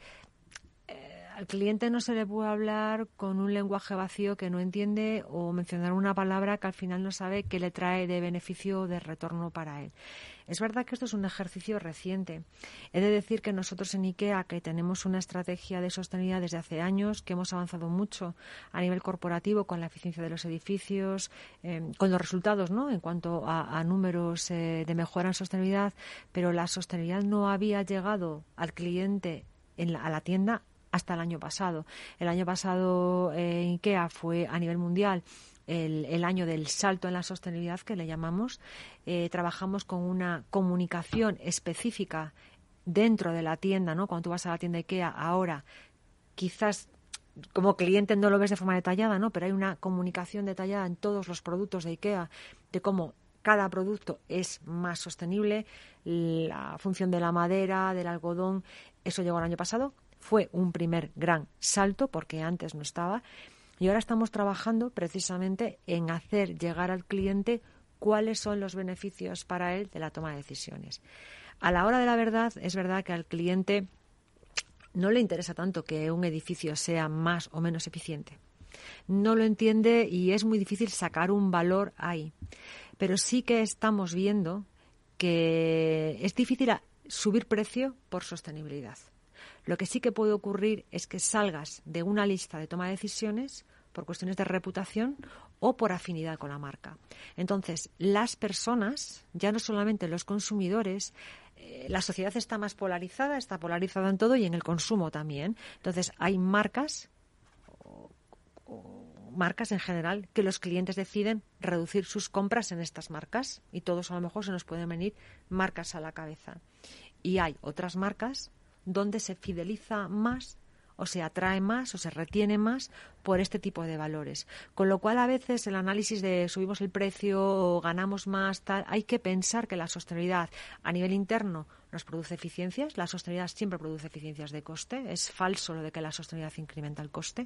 al cliente no se le puede hablar con un lenguaje vacío que no entiende o mencionar una palabra que al final no sabe qué le trae de beneficio o de retorno para él. Es verdad que esto es un ejercicio reciente. He de decir que nosotros en IKEA, que tenemos una estrategia de sostenibilidad desde hace años, que hemos avanzado mucho a nivel corporativo con la eficiencia de los edificios, eh, con los resultados, ¿no?, en cuanto a, a números eh, de mejora en sostenibilidad, pero la sostenibilidad no había llegado al cliente, en la, a la tienda, hasta el año pasado. El año pasado eh, IKEA fue a nivel mundial el, el año del salto en la sostenibilidad, que le llamamos. Eh, trabajamos con una comunicación específica dentro de la tienda, ¿no? Cuando tú vas a la tienda IKEA ahora, quizás como cliente no lo ves de forma detallada, ¿no?, pero hay una comunicación detallada en todos los productos de IKEA de cómo cada producto es más sostenible, la función de la madera, del algodón. Eso llegó el año pasado. Fue un primer gran salto porque antes no estaba, y ahora estamos trabajando precisamente en hacer llegar al cliente cuáles son los beneficios para él de la toma de decisiones. A la hora de la verdad, es verdad que al cliente no le interesa tanto que un edificio sea más o menos eficiente. No lo entiende y es muy difícil sacar un valor ahí. Pero sí que estamos viendo que es difícil a subir precio por sostenibilidad. Lo que sí que puede ocurrir es que salgas de una lista de toma de decisiones por cuestiones de reputación o por afinidad con la marca. Entonces, las personas, ya no solamente los consumidores, eh, la sociedad está más polarizada, está polarizada en todo y en el consumo también. Entonces, hay marcas, o, o marcas en general, que los clientes deciden reducir sus compras en estas marcas y todos a lo mejor se nos pueden venir marcas a la cabeza. Y hay otras marcas donde se fideliza más o se atrae más o se retiene más por este tipo de valores. Con lo cual, a veces, el análisis de subimos el precio o ganamos más, tal, hay que pensar que la sostenibilidad a nivel interno nos produce eficiencias. La sostenibilidad siempre produce eficiencias de coste. Es falso lo de que la sostenibilidad incrementa el coste.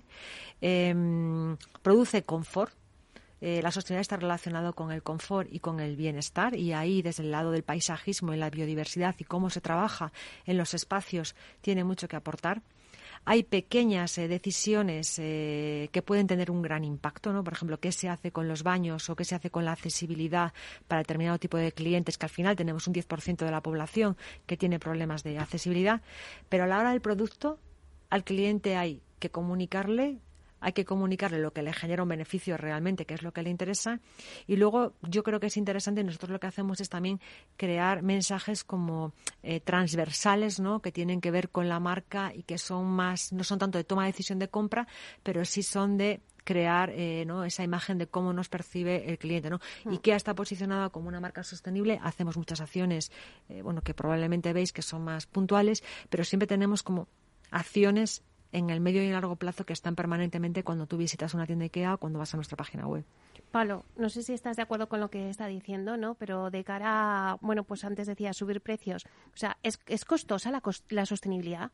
Eh, produce confort. Eh, la sostenibilidad está relacionada con el confort y con el bienestar, y ahí, desde el lado del paisajismo y la biodiversidad y cómo se trabaja en los espacios, tiene mucho que aportar. Hay pequeñas eh, decisiones eh, que pueden tener un gran impacto, ¿no? Por ejemplo, qué se hace con los baños o qué se hace con la accesibilidad para determinado tipo de clientes, que al final tenemos un diez por ciento de la población que tiene problemas de accesibilidad. Pero a la hora del producto, al cliente hay que comunicarle Hay que comunicarle lo que le genera un beneficio realmente, que es lo que le interesa. Y luego yo creo que es interesante, y nosotros lo que hacemos es también crear mensajes como eh, transversales, ¿no? Que tienen que ver con la marca y que son más, no son tanto de toma de decisión de compra, pero sí son de crear eh, ¿no? esa imagen de cómo nos percibe el cliente, ¿no? Mm. IKEA está posicionada como una marca sostenible. Hacemos muchas acciones, eh, bueno, que probablemente veis que son más puntuales, pero siempre tenemos como acciones en el medio y largo plazo que están permanentemente cuando tú visitas una tienda IKEA o cuando vas a nuestra página web.
Pablo, no sé si estás de acuerdo con lo que está diciendo, ¿no? Pero de cara a, bueno, pues antes decía subir precios. O sea, ¿es, es costosa la, cost- la sostenibilidad?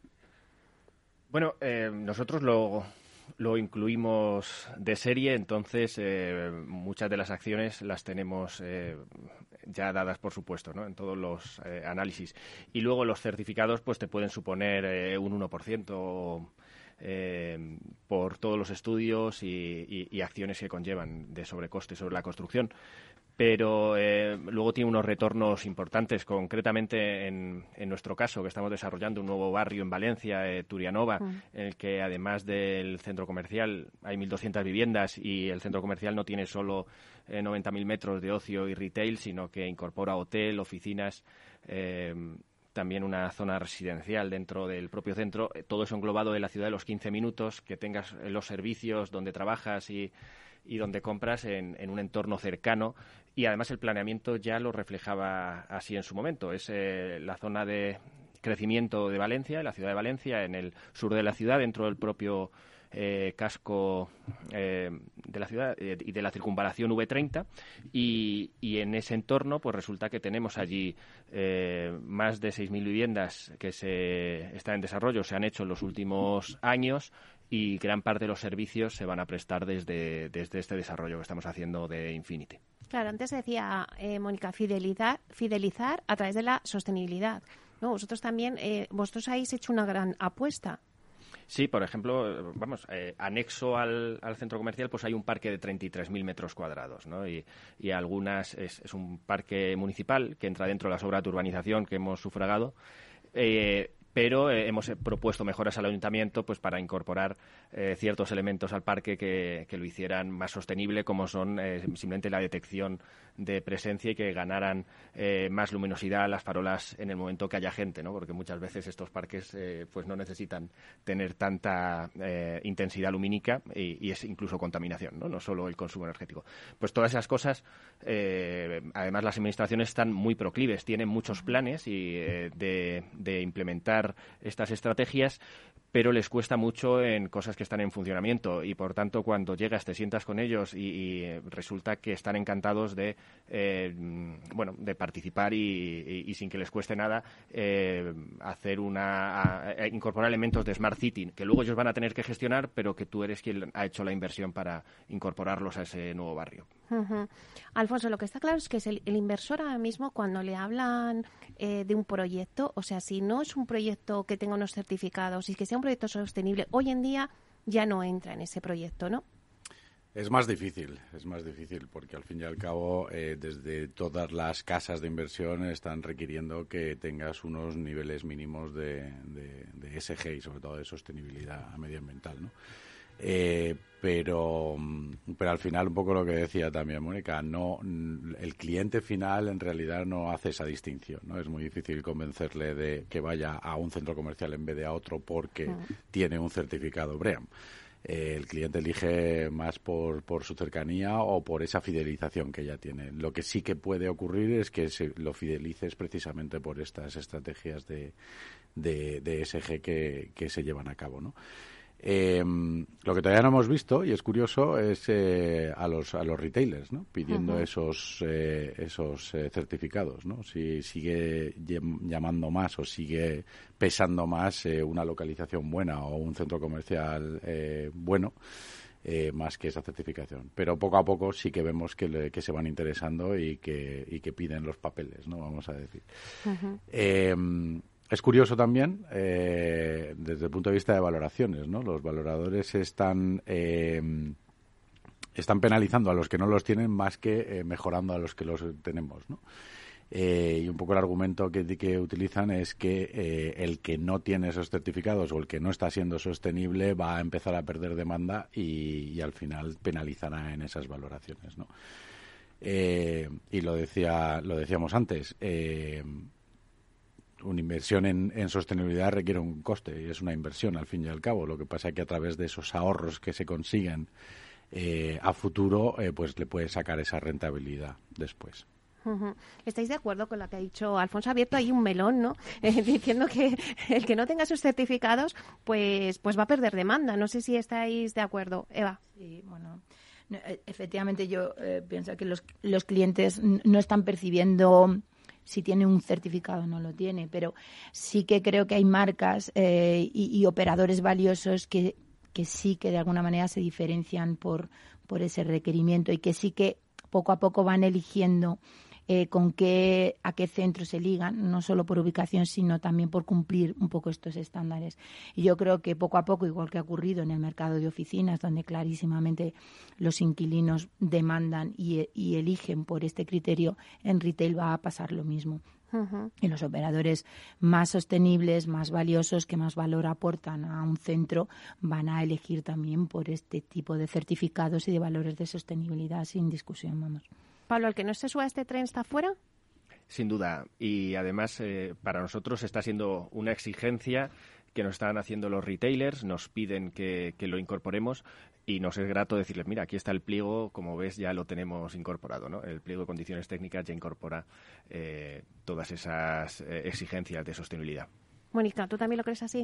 Bueno, eh, nosotros lo, lo incluimos de serie, entonces eh, muchas de las acciones las tenemos eh, ya dadas por supuesto, ¿no? En todos los eh, análisis. Y luego los certificados pues te pueden suponer eh, un uno por ciento eh, por todos los estudios y, y, y acciones que conllevan de sobrecoste sobre la construcción. Pero eh, luego tiene unos retornos importantes, concretamente en, en nuestro caso, que estamos desarrollando un nuevo barrio en Valencia, eh, Turianova, mm. en el que además del centro comercial hay mil doscientas viviendas y el centro comercial no tiene solo eh, noventa mil metros de ocio y retail, sino que incorpora hotel, oficinas, eh, también una zona residencial dentro del propio centro. Todo eso englobado en la ciudad de los quince minutos, que tengas los servicios donde trabajas y... y donde compras en, en un entorno cercano, y además el planeamiento ya lo reflejaba así en su momento. Es eh, la zona de crecimiento de Valencia, la ciudad de Valencia, en el sur de la ciudad, dentro del propio eh, casco eh, de la ciudad eh, y de la circunvalación V treinta, y, y en ese entorno pues resulta que tenemos allí eh, más de seis mil viviendas que se están en desarrollo, se han hecho en los últimos años, y gran parte de los servicios se van a prestar desde, desde este desarrollo que estamos haciendo de Infinity.
Claro, antes decía, eh, Mónica, fidelizar, fidelizar a través de la sostenibilidad, ¿no? Vosotros también, eh, vosotros habéis hecho una gran apuesta.
Sí, por ejemplo, vamos, eh, anexo al, al centro comercial pues hay un parque de treinta y tres mil metros cuadrados, ¿no? Y, y algunas, es, es un parque municipal que entra dentro de las obras de urbanización que hemos sufragado, eh, pero eh, hemos propuesto mejoras al ayuntamiento pues para incorporar eh, ciertos elementos al parque que, que lo hicieran más sostenible, como son eh, simplemente la detección de presencia y que ganaran eh, más luminosidad las farolas en el momento que haya gente, ¿no? Porque muchas veces estos parques eh, pues no necesitan tener tanta eh, intensidad lumínica y, y es incluso contaminación, ¿no? No solo el consumo energético. Pues todas esas cosas, eh, además las administraciones están muy proclives, tienen muchos planes y, eh, de, de implementar estas estrategias, pero les cuesta mucho en cosas que están en funcionamiento y, por tanto, cuando llegas, te sientas con ellos y, y resulta que están encantados de eh, bueno, de participar y, y, y sin que les cueste nada eh, hacer una a, a incorporar elementos de Smart City que luego ellos van a tener que gestionar, pero que tú eres quien ha hecho la inversión para incorporarlos a ese nuevo barrio.
Uh-huh. Alfonso, lo que está claro es que es el, el inversor ahora mismo, cuando le hablan eh, de un proyecto, o sea, si no es un proyecto que tenga unos certificados y que sea un proyecto sostenible, hoy en día ya no entra en ese proyecto, ¿no?
Es más difícil, es más difícil porque al fin y al cabo eh, desde todas las casas de inversión están requiriendo que tengas unos niveles mínimos de, de, de E S G y sobre todo de sostenibilidad medioambiental, ¿no? Eh, pero, pero al final un poco lo que decía también Mónica, no, el cliente final en realidad no hace esa distinción, ¿no? Es muy difícil convencerle de que vaya a un centro comercial en vez de a otro porque uh-huh. tiene un certificado BREEAM. Eh, el cliente elige más por, por su cercanía o por esa fidelización que ya tiene. Lo que sí que puede ocurrir es que se lo fidelices precisamente por estas estrategias de, de, de E S G que, que se llevan a cabo, ¿no? Eh, lo que todavía no hemos visto, y es curioso, es eh, a los a los retailers, ¿no? Pidiendo uh-huh. esos eh, esos eh, certificados, ¿no? Si sigue llamando más o sigue pesando más eh, una localización buena o un centro comercial eh, bueno, eh, más que esa certificación. Pero poco a poco sí que vemos que, le, que se van interesando y que y que piden los papeles, ¿no? Vamos a decir. Uh-huh. Eh, Es curioso también, eh, desde el punto de vista de valoraciones, ¿no? Los valoradores están eh, están penalizando a los que no los tienen más que eh, mejorando a los que los tenemos, ¿no? Eh, y un poco el argumento que, que utilizan es que eh, el que no tiene esos certificados o el que no está siendo sostenible va a empezar a perder demanda y, y al final penalizará en esas valoraciones, ¿no? Eh, y lo decía, lo decíamos antes. Eh, Una inversión en, en sostenibilidad requiere un coste y es una inversión al fin y al cabo. Lo que pasa es que a través de esos ahorros que se consiguen eh, a futuro, eh, pues le puede sacar esa rentabilidad después.
Uh-huh. ¿Estáis de acuerdo con lo que ha dicho Alfonso? Ha abierto ahí un melón, ¿no? Eh, diciendo que el que no tenga sus certificados, pues, pues va a perder demanda. No sé si estáis de acuerdo, Eva.
Sí, bueno. Efectivamente, yo eh, pienso que los, los clientes no están percibiendo si tiene un certificado o no lo tiene, pero sí que creo que hay marcas eh, y, y operadores valiosos que, que sí que de alguna manera se diferencian por, por ese requerimiento y que sí que poco a poco van eligiendo eh, con qué, a qué centros se ligan, no solo por ubicación, sino también por cumplir un poco estos estándares. Y yo creo que poco a poco, igual que ha ocurrido en el mercado de oficinas, donde clarísimamente los inquilinos demandan y, y eligen por este criterio, en retail va a pasar lo mismo. Uh-huh. Y los operadores más sostenibles, más valiosos, que más valor aportan a un centro, van a elegir también por este tipo de certificados y de valores de sostenibilidad, sin discusión, vamos.
Pablo, ¿el que no se suba a este tren está fuera?
Sin duda. Y además, eh, para nosotros está siendo una exigencia que nos están haciendo los retailers, nos piden que, que lo incorporemos y nos es grato decirles, mira, aquí está el pliego, como ves ya lo tenemos incorporado, ¿no? El pliego de condiciones técnicas ya incorpora eh, todas esas eh, exigencias de sostenibilidad.
Mónica, ¿tú también lo crees así?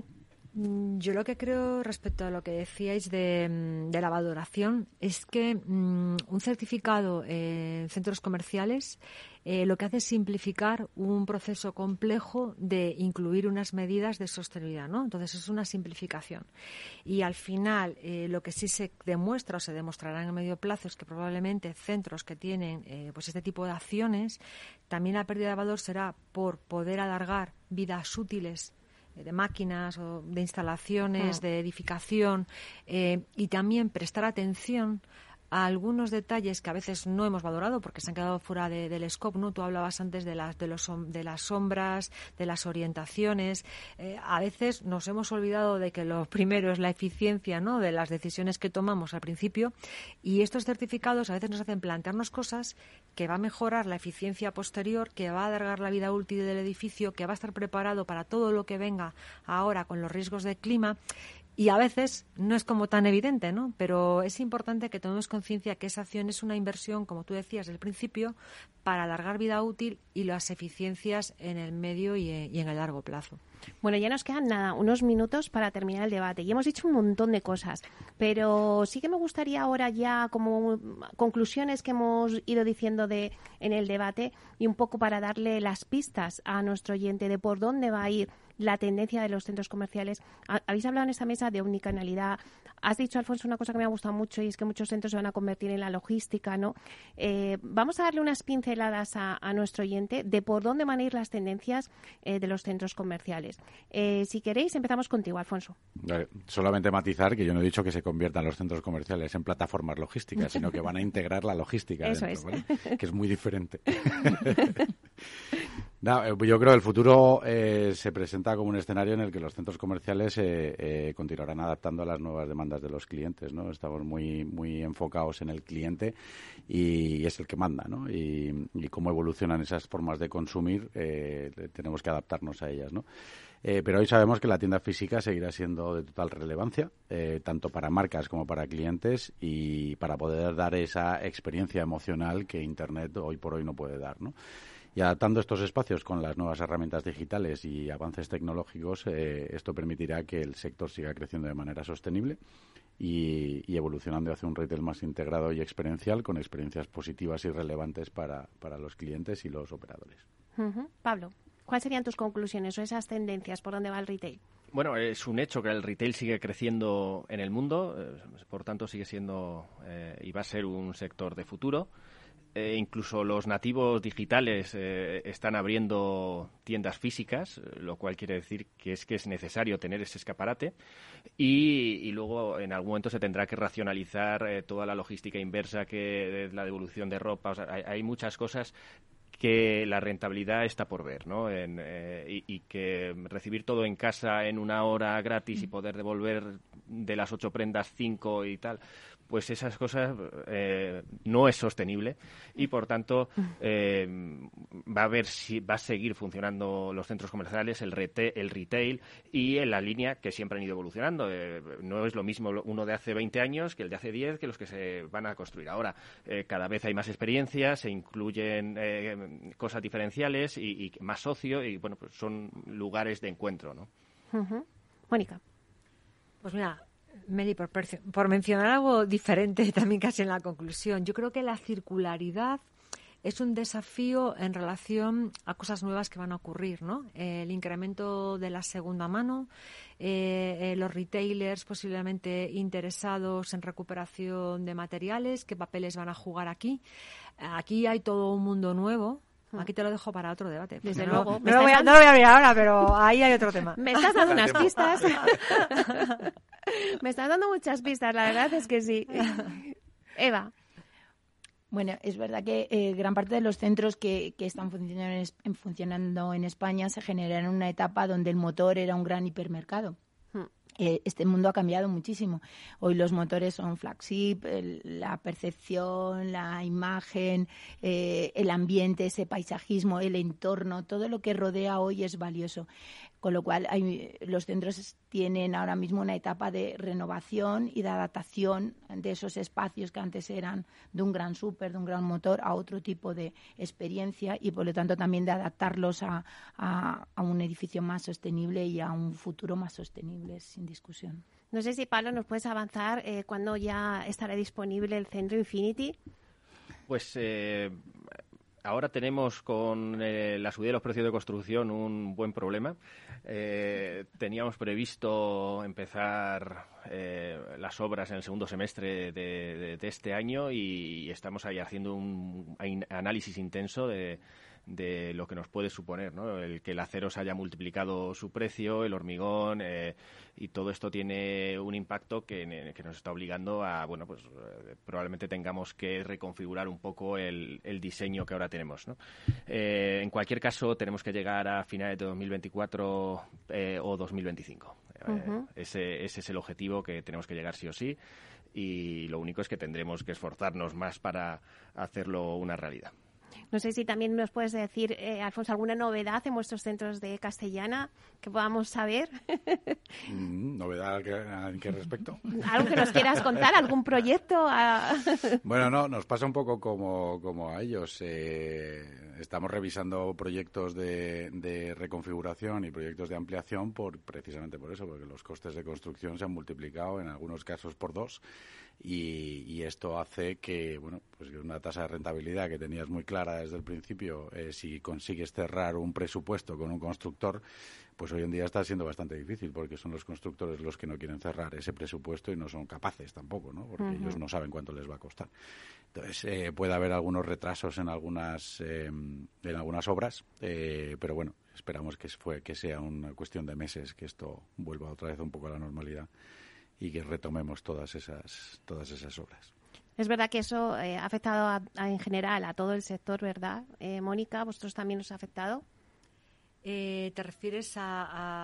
Yo lo que creo respecto a lo que decíais de, de la valoración es que um, un certificado en centros comerciales eh, lo que hace es simplificar un proceso complejo de incluir unas medidas de sostenibilidad, ¿no? Entonces es una simplificación. Y al final eh, lo que sí se demuestra o se demostrará en el medio plazo es que probablemente centros que tienen eh, pues este tipo de acciones, también la pérdida de valor será por poder alargar vidas útiles de máquinas o de instalaciones, de edificación eh, y también prestar atención a algunos detalles que a veces no hemos valorado porque se han quedado fuera de, del scope, ¿no? Tú hablabas antes de las de los de las sombras, de las orientaciones. Eh, a veces nos hemos olvidado de que lo primero es la eficiencia, ¿no? De las decisiones que tomamos al principio, y estos certificados a veces nos hacen plantearnos cosas que va a mejorar la eficiencia posterior, que va a alargar la vida útil del edificio, que va a estar preparado para todo lo que venga ahora con los riesgos del clima. Y a veces no es como tan evidente, ¿no? Pero es importante que tomemos conciencia que esa acción es una inversión, como tú decías, del principio, para alargar vida útil y las eficiencias en el medio y en el largo plazo.
Bueno, ya nos quedan nada, unos minutos para terminar el debate. Y hemos dicho un montón de cosas, pero sí que me gustaría ahora ya, como conclusiones que hemos ido diciendo de en el debate, y un poco para darle las pistas a nuestro oyente de por dónde va a ir la tendencia de los centros comerciales. Habéis hablado en esta mesa de omnicanalidad. Has dicho, Alfonso, una cosa que me ha gustado mucho, y es que muchos centros se van a convertir en la logística, ¿no? Eh, vamos a darle unas pinceladas a, a nuestro oyente de por dónde van a ir las tendencias eh, de los centros comerciales. comerciales. Eh, si queréis, empezamos contigo, Alfonso.
Vale. Solamente matizar que yo no he dicho que se conviertan los centros comerciales en plataformas logísticas, sino que van a integrar la logística
Eso
dentro,
es.
¿vale? Que es muy diferente. No, yo creo que el futuro eh, se presenta como un escenario en el que los centros comerciales eh, eh, continuarán adaptando a las nuevas demandas de los clientes, ¿no? Estamos muy muy enfocados en el cliente y es el que manda, ¿no? Y, y cómo evolucionan esas formas de consumir, eh, tenemos que adaptarnos a ellas, ¿no? Eh, pero hoy sabemos que la tienda física seguirá siendo de total relevancia, eh, tanto para marcas como para clientes y para poder dar esa experiencia emocional que Internet hoy por hoy no puede dar, ¿no? Y adaptando estos espacios con las nuevas herramientas digitales y avances tecnológicos, eh, esto permitirá que el sector siga creciendo de manera sostenible y, y evolucionando hacia un retail más integrado y experiencial, con experiencias positivas y relevantes para, para los clientes y los operadores.
Uh-huh. Pablo, ¿cuáles serían tus conclusiones o esas tendencias por dónde va el retail?
Bueno, es un hecho que el retail sigue creciendo en el mundo, eh, por tanto sigue siendo eh, y va a ser un sector de futuro. Eh, incluso los nativos digitales eh, están abriendo tiendas físicas, lo cual quiere decir que es que es necesario tener ese escaparate y, y luego en algún momento se tendrá que racionalizar eh, toda la logística inversa, que la devolución de ropa. O sea, hay, hay muchas cosas que la rentabilidad está por ver, ¿no? En, eh, y, y que recibir todo en casa en una hora gratis y poder devolver de las ocho prendas cinco y tal, pues esas cosas eh, no es sostenible y por tanto eh, va a ver si va a seguir funcionando los centros comerciales, el retail, el retail y en la línea que siempre han ido evolucionando. Eh, no es lo mismo uno de hace veinte años que el de hace diez, que los que se van a construir ahora. Eh, cada vez hay más experiencias, se incluyen eh, cosas diferenciales y, y más socio y bueno, pues son lugares de encuentro, ¿no?
Uh-huh. Mónica.
Pues mira, Meli, por, por mencionar algo diferente también casi en la conclusión, yo creo que la circularidad es un desafío en relación a cosas nuevas que van a ocurrir, ¿no? Eh, el incremento de la segunda mano, eh, eh, los retailers posiblemente interesados en recuperación de materiales, qué papeles van a jugar aquí. Aquí hay todo un mundo nuevo. Aquí te lo dejo para otro debate.
Desde
no,
luego.
No, no, lo voy a, no lo voy a abrir ahora, pero ahí hay otro tema.
Me estás dando unas pistas. Me estás dando muchas pistas, la verdad es que sí. Eva.
Bueno, es verdad que eh, gran parte de los centros que, que están funcionando en, en, funcionando en España se generaron en una etapa donde el motor era un gran hipermercado. Eh, este mundo ha cambiado muchísimo. Hoy los motores son flagship, el, la percepción, la imagen, eh, el ambiente, ese paisajismo, el entorno, todo lo que rodea hoy es valioso. Con lo cual, hay, los centros tienen ahora mismo una etapa de renovación y de adaptación de esos espacios que antes eran de un gran súper, de un gran motor, a otro tipo de experiencia y, por lo tanto, también de adaptarlos a, a, a un edificio más sostenible y a un futuro más sostenible, sin discusión.
No sé si, Pablo, nos puedes avanzar eh, cuándo ya estará disponible el centro Infinity.
Pues eh, ahora tenemos con eh, la subida de los precios de construcción un buen problema. Eh, teníamos previsto empezar eh, las obras en el segundo semestre de, de, de este año y estamos ahí haciendo un análisis intenso de de lo que nos puede suponer, ¿no? El que el acero se haya multiplicado su precio, el hormigón, eh, y todo esto tiene un impacto que, que nos está obligando a, bueno, pues eh, probablemente tengamos que reconfigurar un poco el, el diseño que ahora tenemos, ¿no? Eh, en cualquier caso, tenemos que llegar a finales de dos mil veinticuatro eh, o dos mil veinticinco. Uh-huh. Eh, ese, ese es el objetivo que tenemos que llegar sí o sí, y lo único es que tendremos que esforzarnos más para hacerlo una realidad.
No sé si también nos puedes decir, eh, Alfonso, alguna novedad en vuestros centros de Castellana que podamos saber.
Mm, ¿Novedad en qué respecto?
¿Algo que nos quieras contar? ¿Algún proyecto? A...
Bueno, no, nos pasa un poco como, como a ellos. Eh, estamos revisando proyectos de, de reconfiguración y proyectos de ampliación por precisamente por eso, porque los costes de construcción se han multiplicado en algunos casos por dos. Y, y esto hace que, bueno, pues una tasa de rentabilidad que tenías muy clara desde el principio, eh, si consigues cerrar un presupuesto con un constructor, pues hoy en día está siendo bastante difícil porque son los constructores los que no quieren cerrar ese presupuesto y no son capaces tampoco, ¿no? Porque uh-huh. ellos no saben cuánto les va a costar. Entonces, eh, puede haber algunos retrasos en algunas, eh, en algunas obras, eh, pero bueno, esperamos que, fue, que sea una cuestión de meses, que esto vuelva otra vez un poco a la normalidad y que retomemos todas esas, todas esas obras.
Es verdad que eso eh, ha afectado a, a, en general a todo el sector, ¿verdad? Eh, Mónica, ¿vosotros también os ha afectado?
Eh, ¿Te refieres a,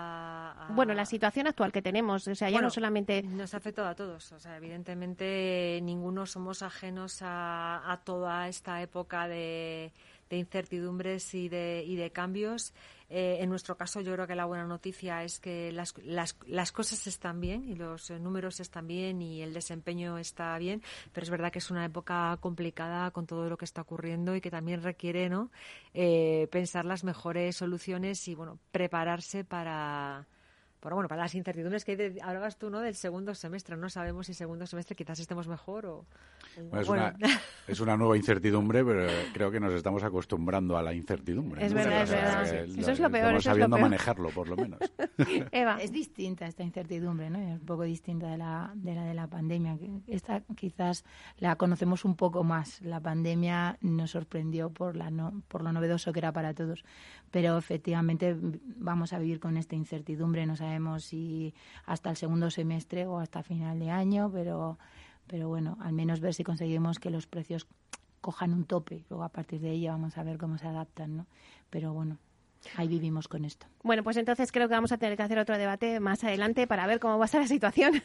a, a...?
Bueno, la situación actual que tenemos, o sea, ya
bueno,
no solamente...
Nos ha afectado a todos, o sea, evidentemente ninguno somos ajenos a, a toda esta época de, de incertidumbres y de, y de cambios. Eh, en nuestro caso, yo creo que la buena noticia es que las, las, las cosas están bien y los números están bien y el desempeño está bien, pero es verdad que es una época complicada con todo lo que está ocurriendo y que también requiere, ¿no?, eh, pensar las mejores soluciones y, bueno, prepararse para... Pero bueno, para las incertidumbres que hay de, hablabas tú, ¿no?, del segundo semestre. No sabemos si segundo semestre quizás estemos mejor o...
Bueno, es,
bueno.
Una, es una nueva incertidumbre, pero creo que nos estamos acostumbrando a la incertidumbre.
Es
¿no?
verdad,
o sea,
es verdad.
que
Eso es lo peor.
Estamos
eso
sabiendo
es lo peor.
manejarlo, por lo menos.
Eva.
Es distinta esta incertidumbre, ¿no? Es un poco distinta de la de la, de la pandemia. Esta quizás la conocemos un poco más. La pandemia nos sorprendió por, la no, por lo novedoso que era para todos. Pero efectivamente vamos a vivir con esta incertidumbre. No sabemos si hasta el segundo semestre o hasta final de año, pero, pero bueno, al menos ver si conseguimos que los precios cojan un tope. Luego a partir de ahí vamos a ver cómo se adaptan, ¿no? Pero bueno, ahí vivimos con esto.
Bueno, pues entonces creo que vamos a tener que hacer otro debate más adelante para ver cómo va a estar la situación.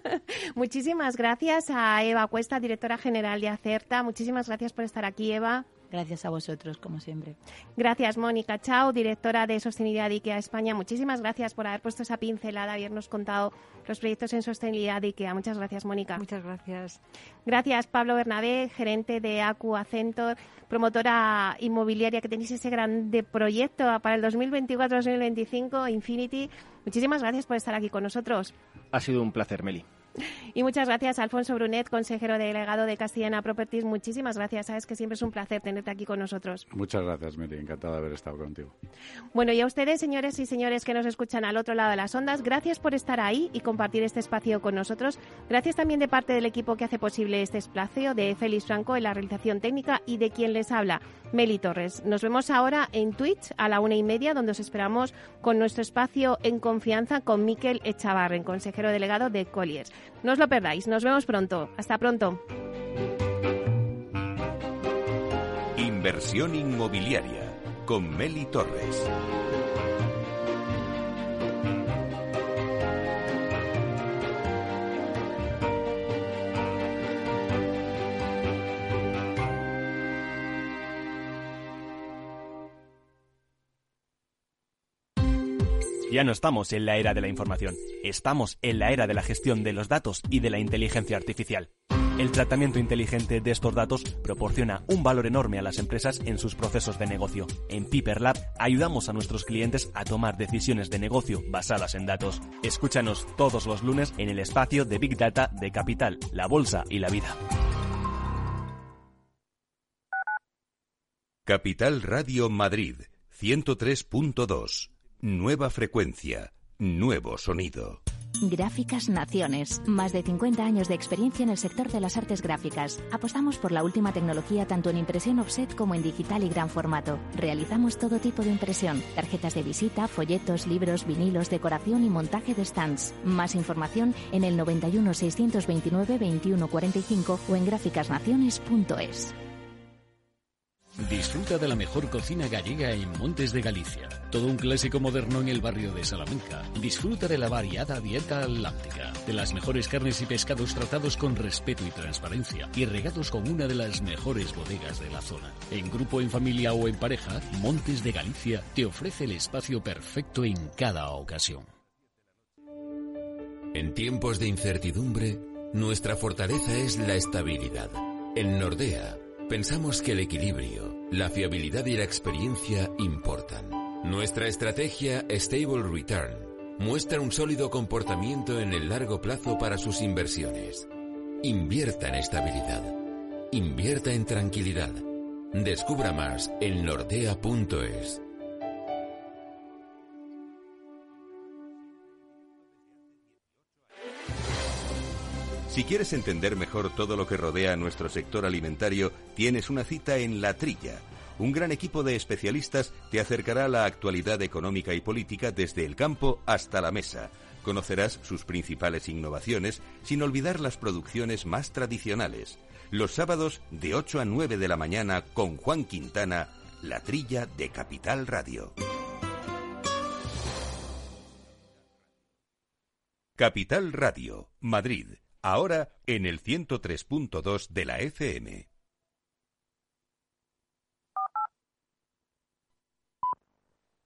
Muchísimas gracias a Eva Cuesta, directora general de Acerta. Muchísimas gracias por estar aquí, Eva.
Gracias a vosotros, como siempre.
Gracias, Mónica Chao, directora de Sostenibilidad de IKEA España. Muchísimas gracias por haber puesto esa pincelada, habernos contado los proyectos en sostenibilidad de IKEA. Muchas gracias, Mónica.
Muchas gracias.
Gracias, Pablo Bernabé, gerente de Acu Accentor, promotora inmobiliaria, que tenéis ese grande proyecto para el dos mil veinticuatro dos mil veinticinco, Infinity. Muchísimas gracias por estar aquí con nosotros.
Ha sido un placer, Meli.
Y muchas gracias a Alfonso Brunet, consejero delegado de Castellana Properties. Muchísimas gracias. Sabes que siempre es un placer tenerte aquí con nosotros.
Muchas gracias, Meli. Encantado de haber estado contigo.
Bueno, y a ustedes, señores y señores que nos escuchan al otro lado de las ondas, gracias por estar ahí y compartir este espacio con nosotros. Gracias también de parte del equipo que hace posible este espacio, de Félix Franco en la realización técnica y de quien les habla, Meli Torres. Nos vemos ahora en Twitch a la una y media, donde os esperamos con nuestro espacio En Confianza con Miquel Echavarren, consejero delegado de Colliers. No os lo perdáis. Nos vemos pronto. Hasta pronto.
Inversión inmobiliaria con Meli Torres.
Ya no estamos en la era de la información, estamos en la era de la gestión de los datos y de la inteligencia artificial. El tratamiento inteligente de estos datos proporciona un valor enorme a las empresas en sus procesos de negocio. En Piper Lab ayudamos a nuestros clientes a tomar decisiones de negocio basadas en datos. Escúchanos todos los lunes en el espacio de Big Data de Capital, la Bolsa y la Vida.
Capital Radio Madrid, ciento tres punto dos. Nueva frecuencia, nuevo sonido.
Gráficas Naciones. Más de cincuenta años de experiencia en el sector de las artes gráficas. Apostamos por la última tecnología tanto en impresión offset como en digital y gran formato. Realizamos todo tipo de impresión. Tarjetas de visita, folletos, libros, vinilos, decoración y montaje de stands. Más información en el noventa y uno, seiscientos veintinueve, veintiuno cuarenta y cinco o en gráficas naciones punto es.
Disfruta de la mejor cocina gallega en Montes de Galicia. Todo un clásico moderno en el barrio de Salamanca. Disfruta de la variada dieta atlántica, de las mejores carnes y pescados tratados con respeto y transparencia y regados con una de las mejores bodegas de la zona. En grupo, en familia o en pareja, Montes de Galicia te ofrece el espacio perfecto en cada ocasión.
En tiempos de incertidumbre, nuestra fortaleza es la estabilidad. En Nordea, pensamos que el equilibrio, la fiabilidad y la experiencia importan. Nuestra estrategia Stable Return muestra un sólido comportamiento en el largo plazo para sus inversiones. Invierta en estabilidad. Invierta en tranquilidad. Descubra más en nordea punto es.
Si quieres entender mejor todo lo que rodea a nuestro sector alimentario, tienes una cita en La Trilla, Un gran equipo de especialistas te acercará a la actualidad económica y política desde el campo hasta la mesa. Conocerás sus principales innovaciones sin olvidar las producciones más tradicionales. Los sábados de ocho a nueve de la mañana con Juan Quintana, La Trilla de Capital Radio. Capital Radio, Madrid, ahora en el ciento tres punto dos de la F M.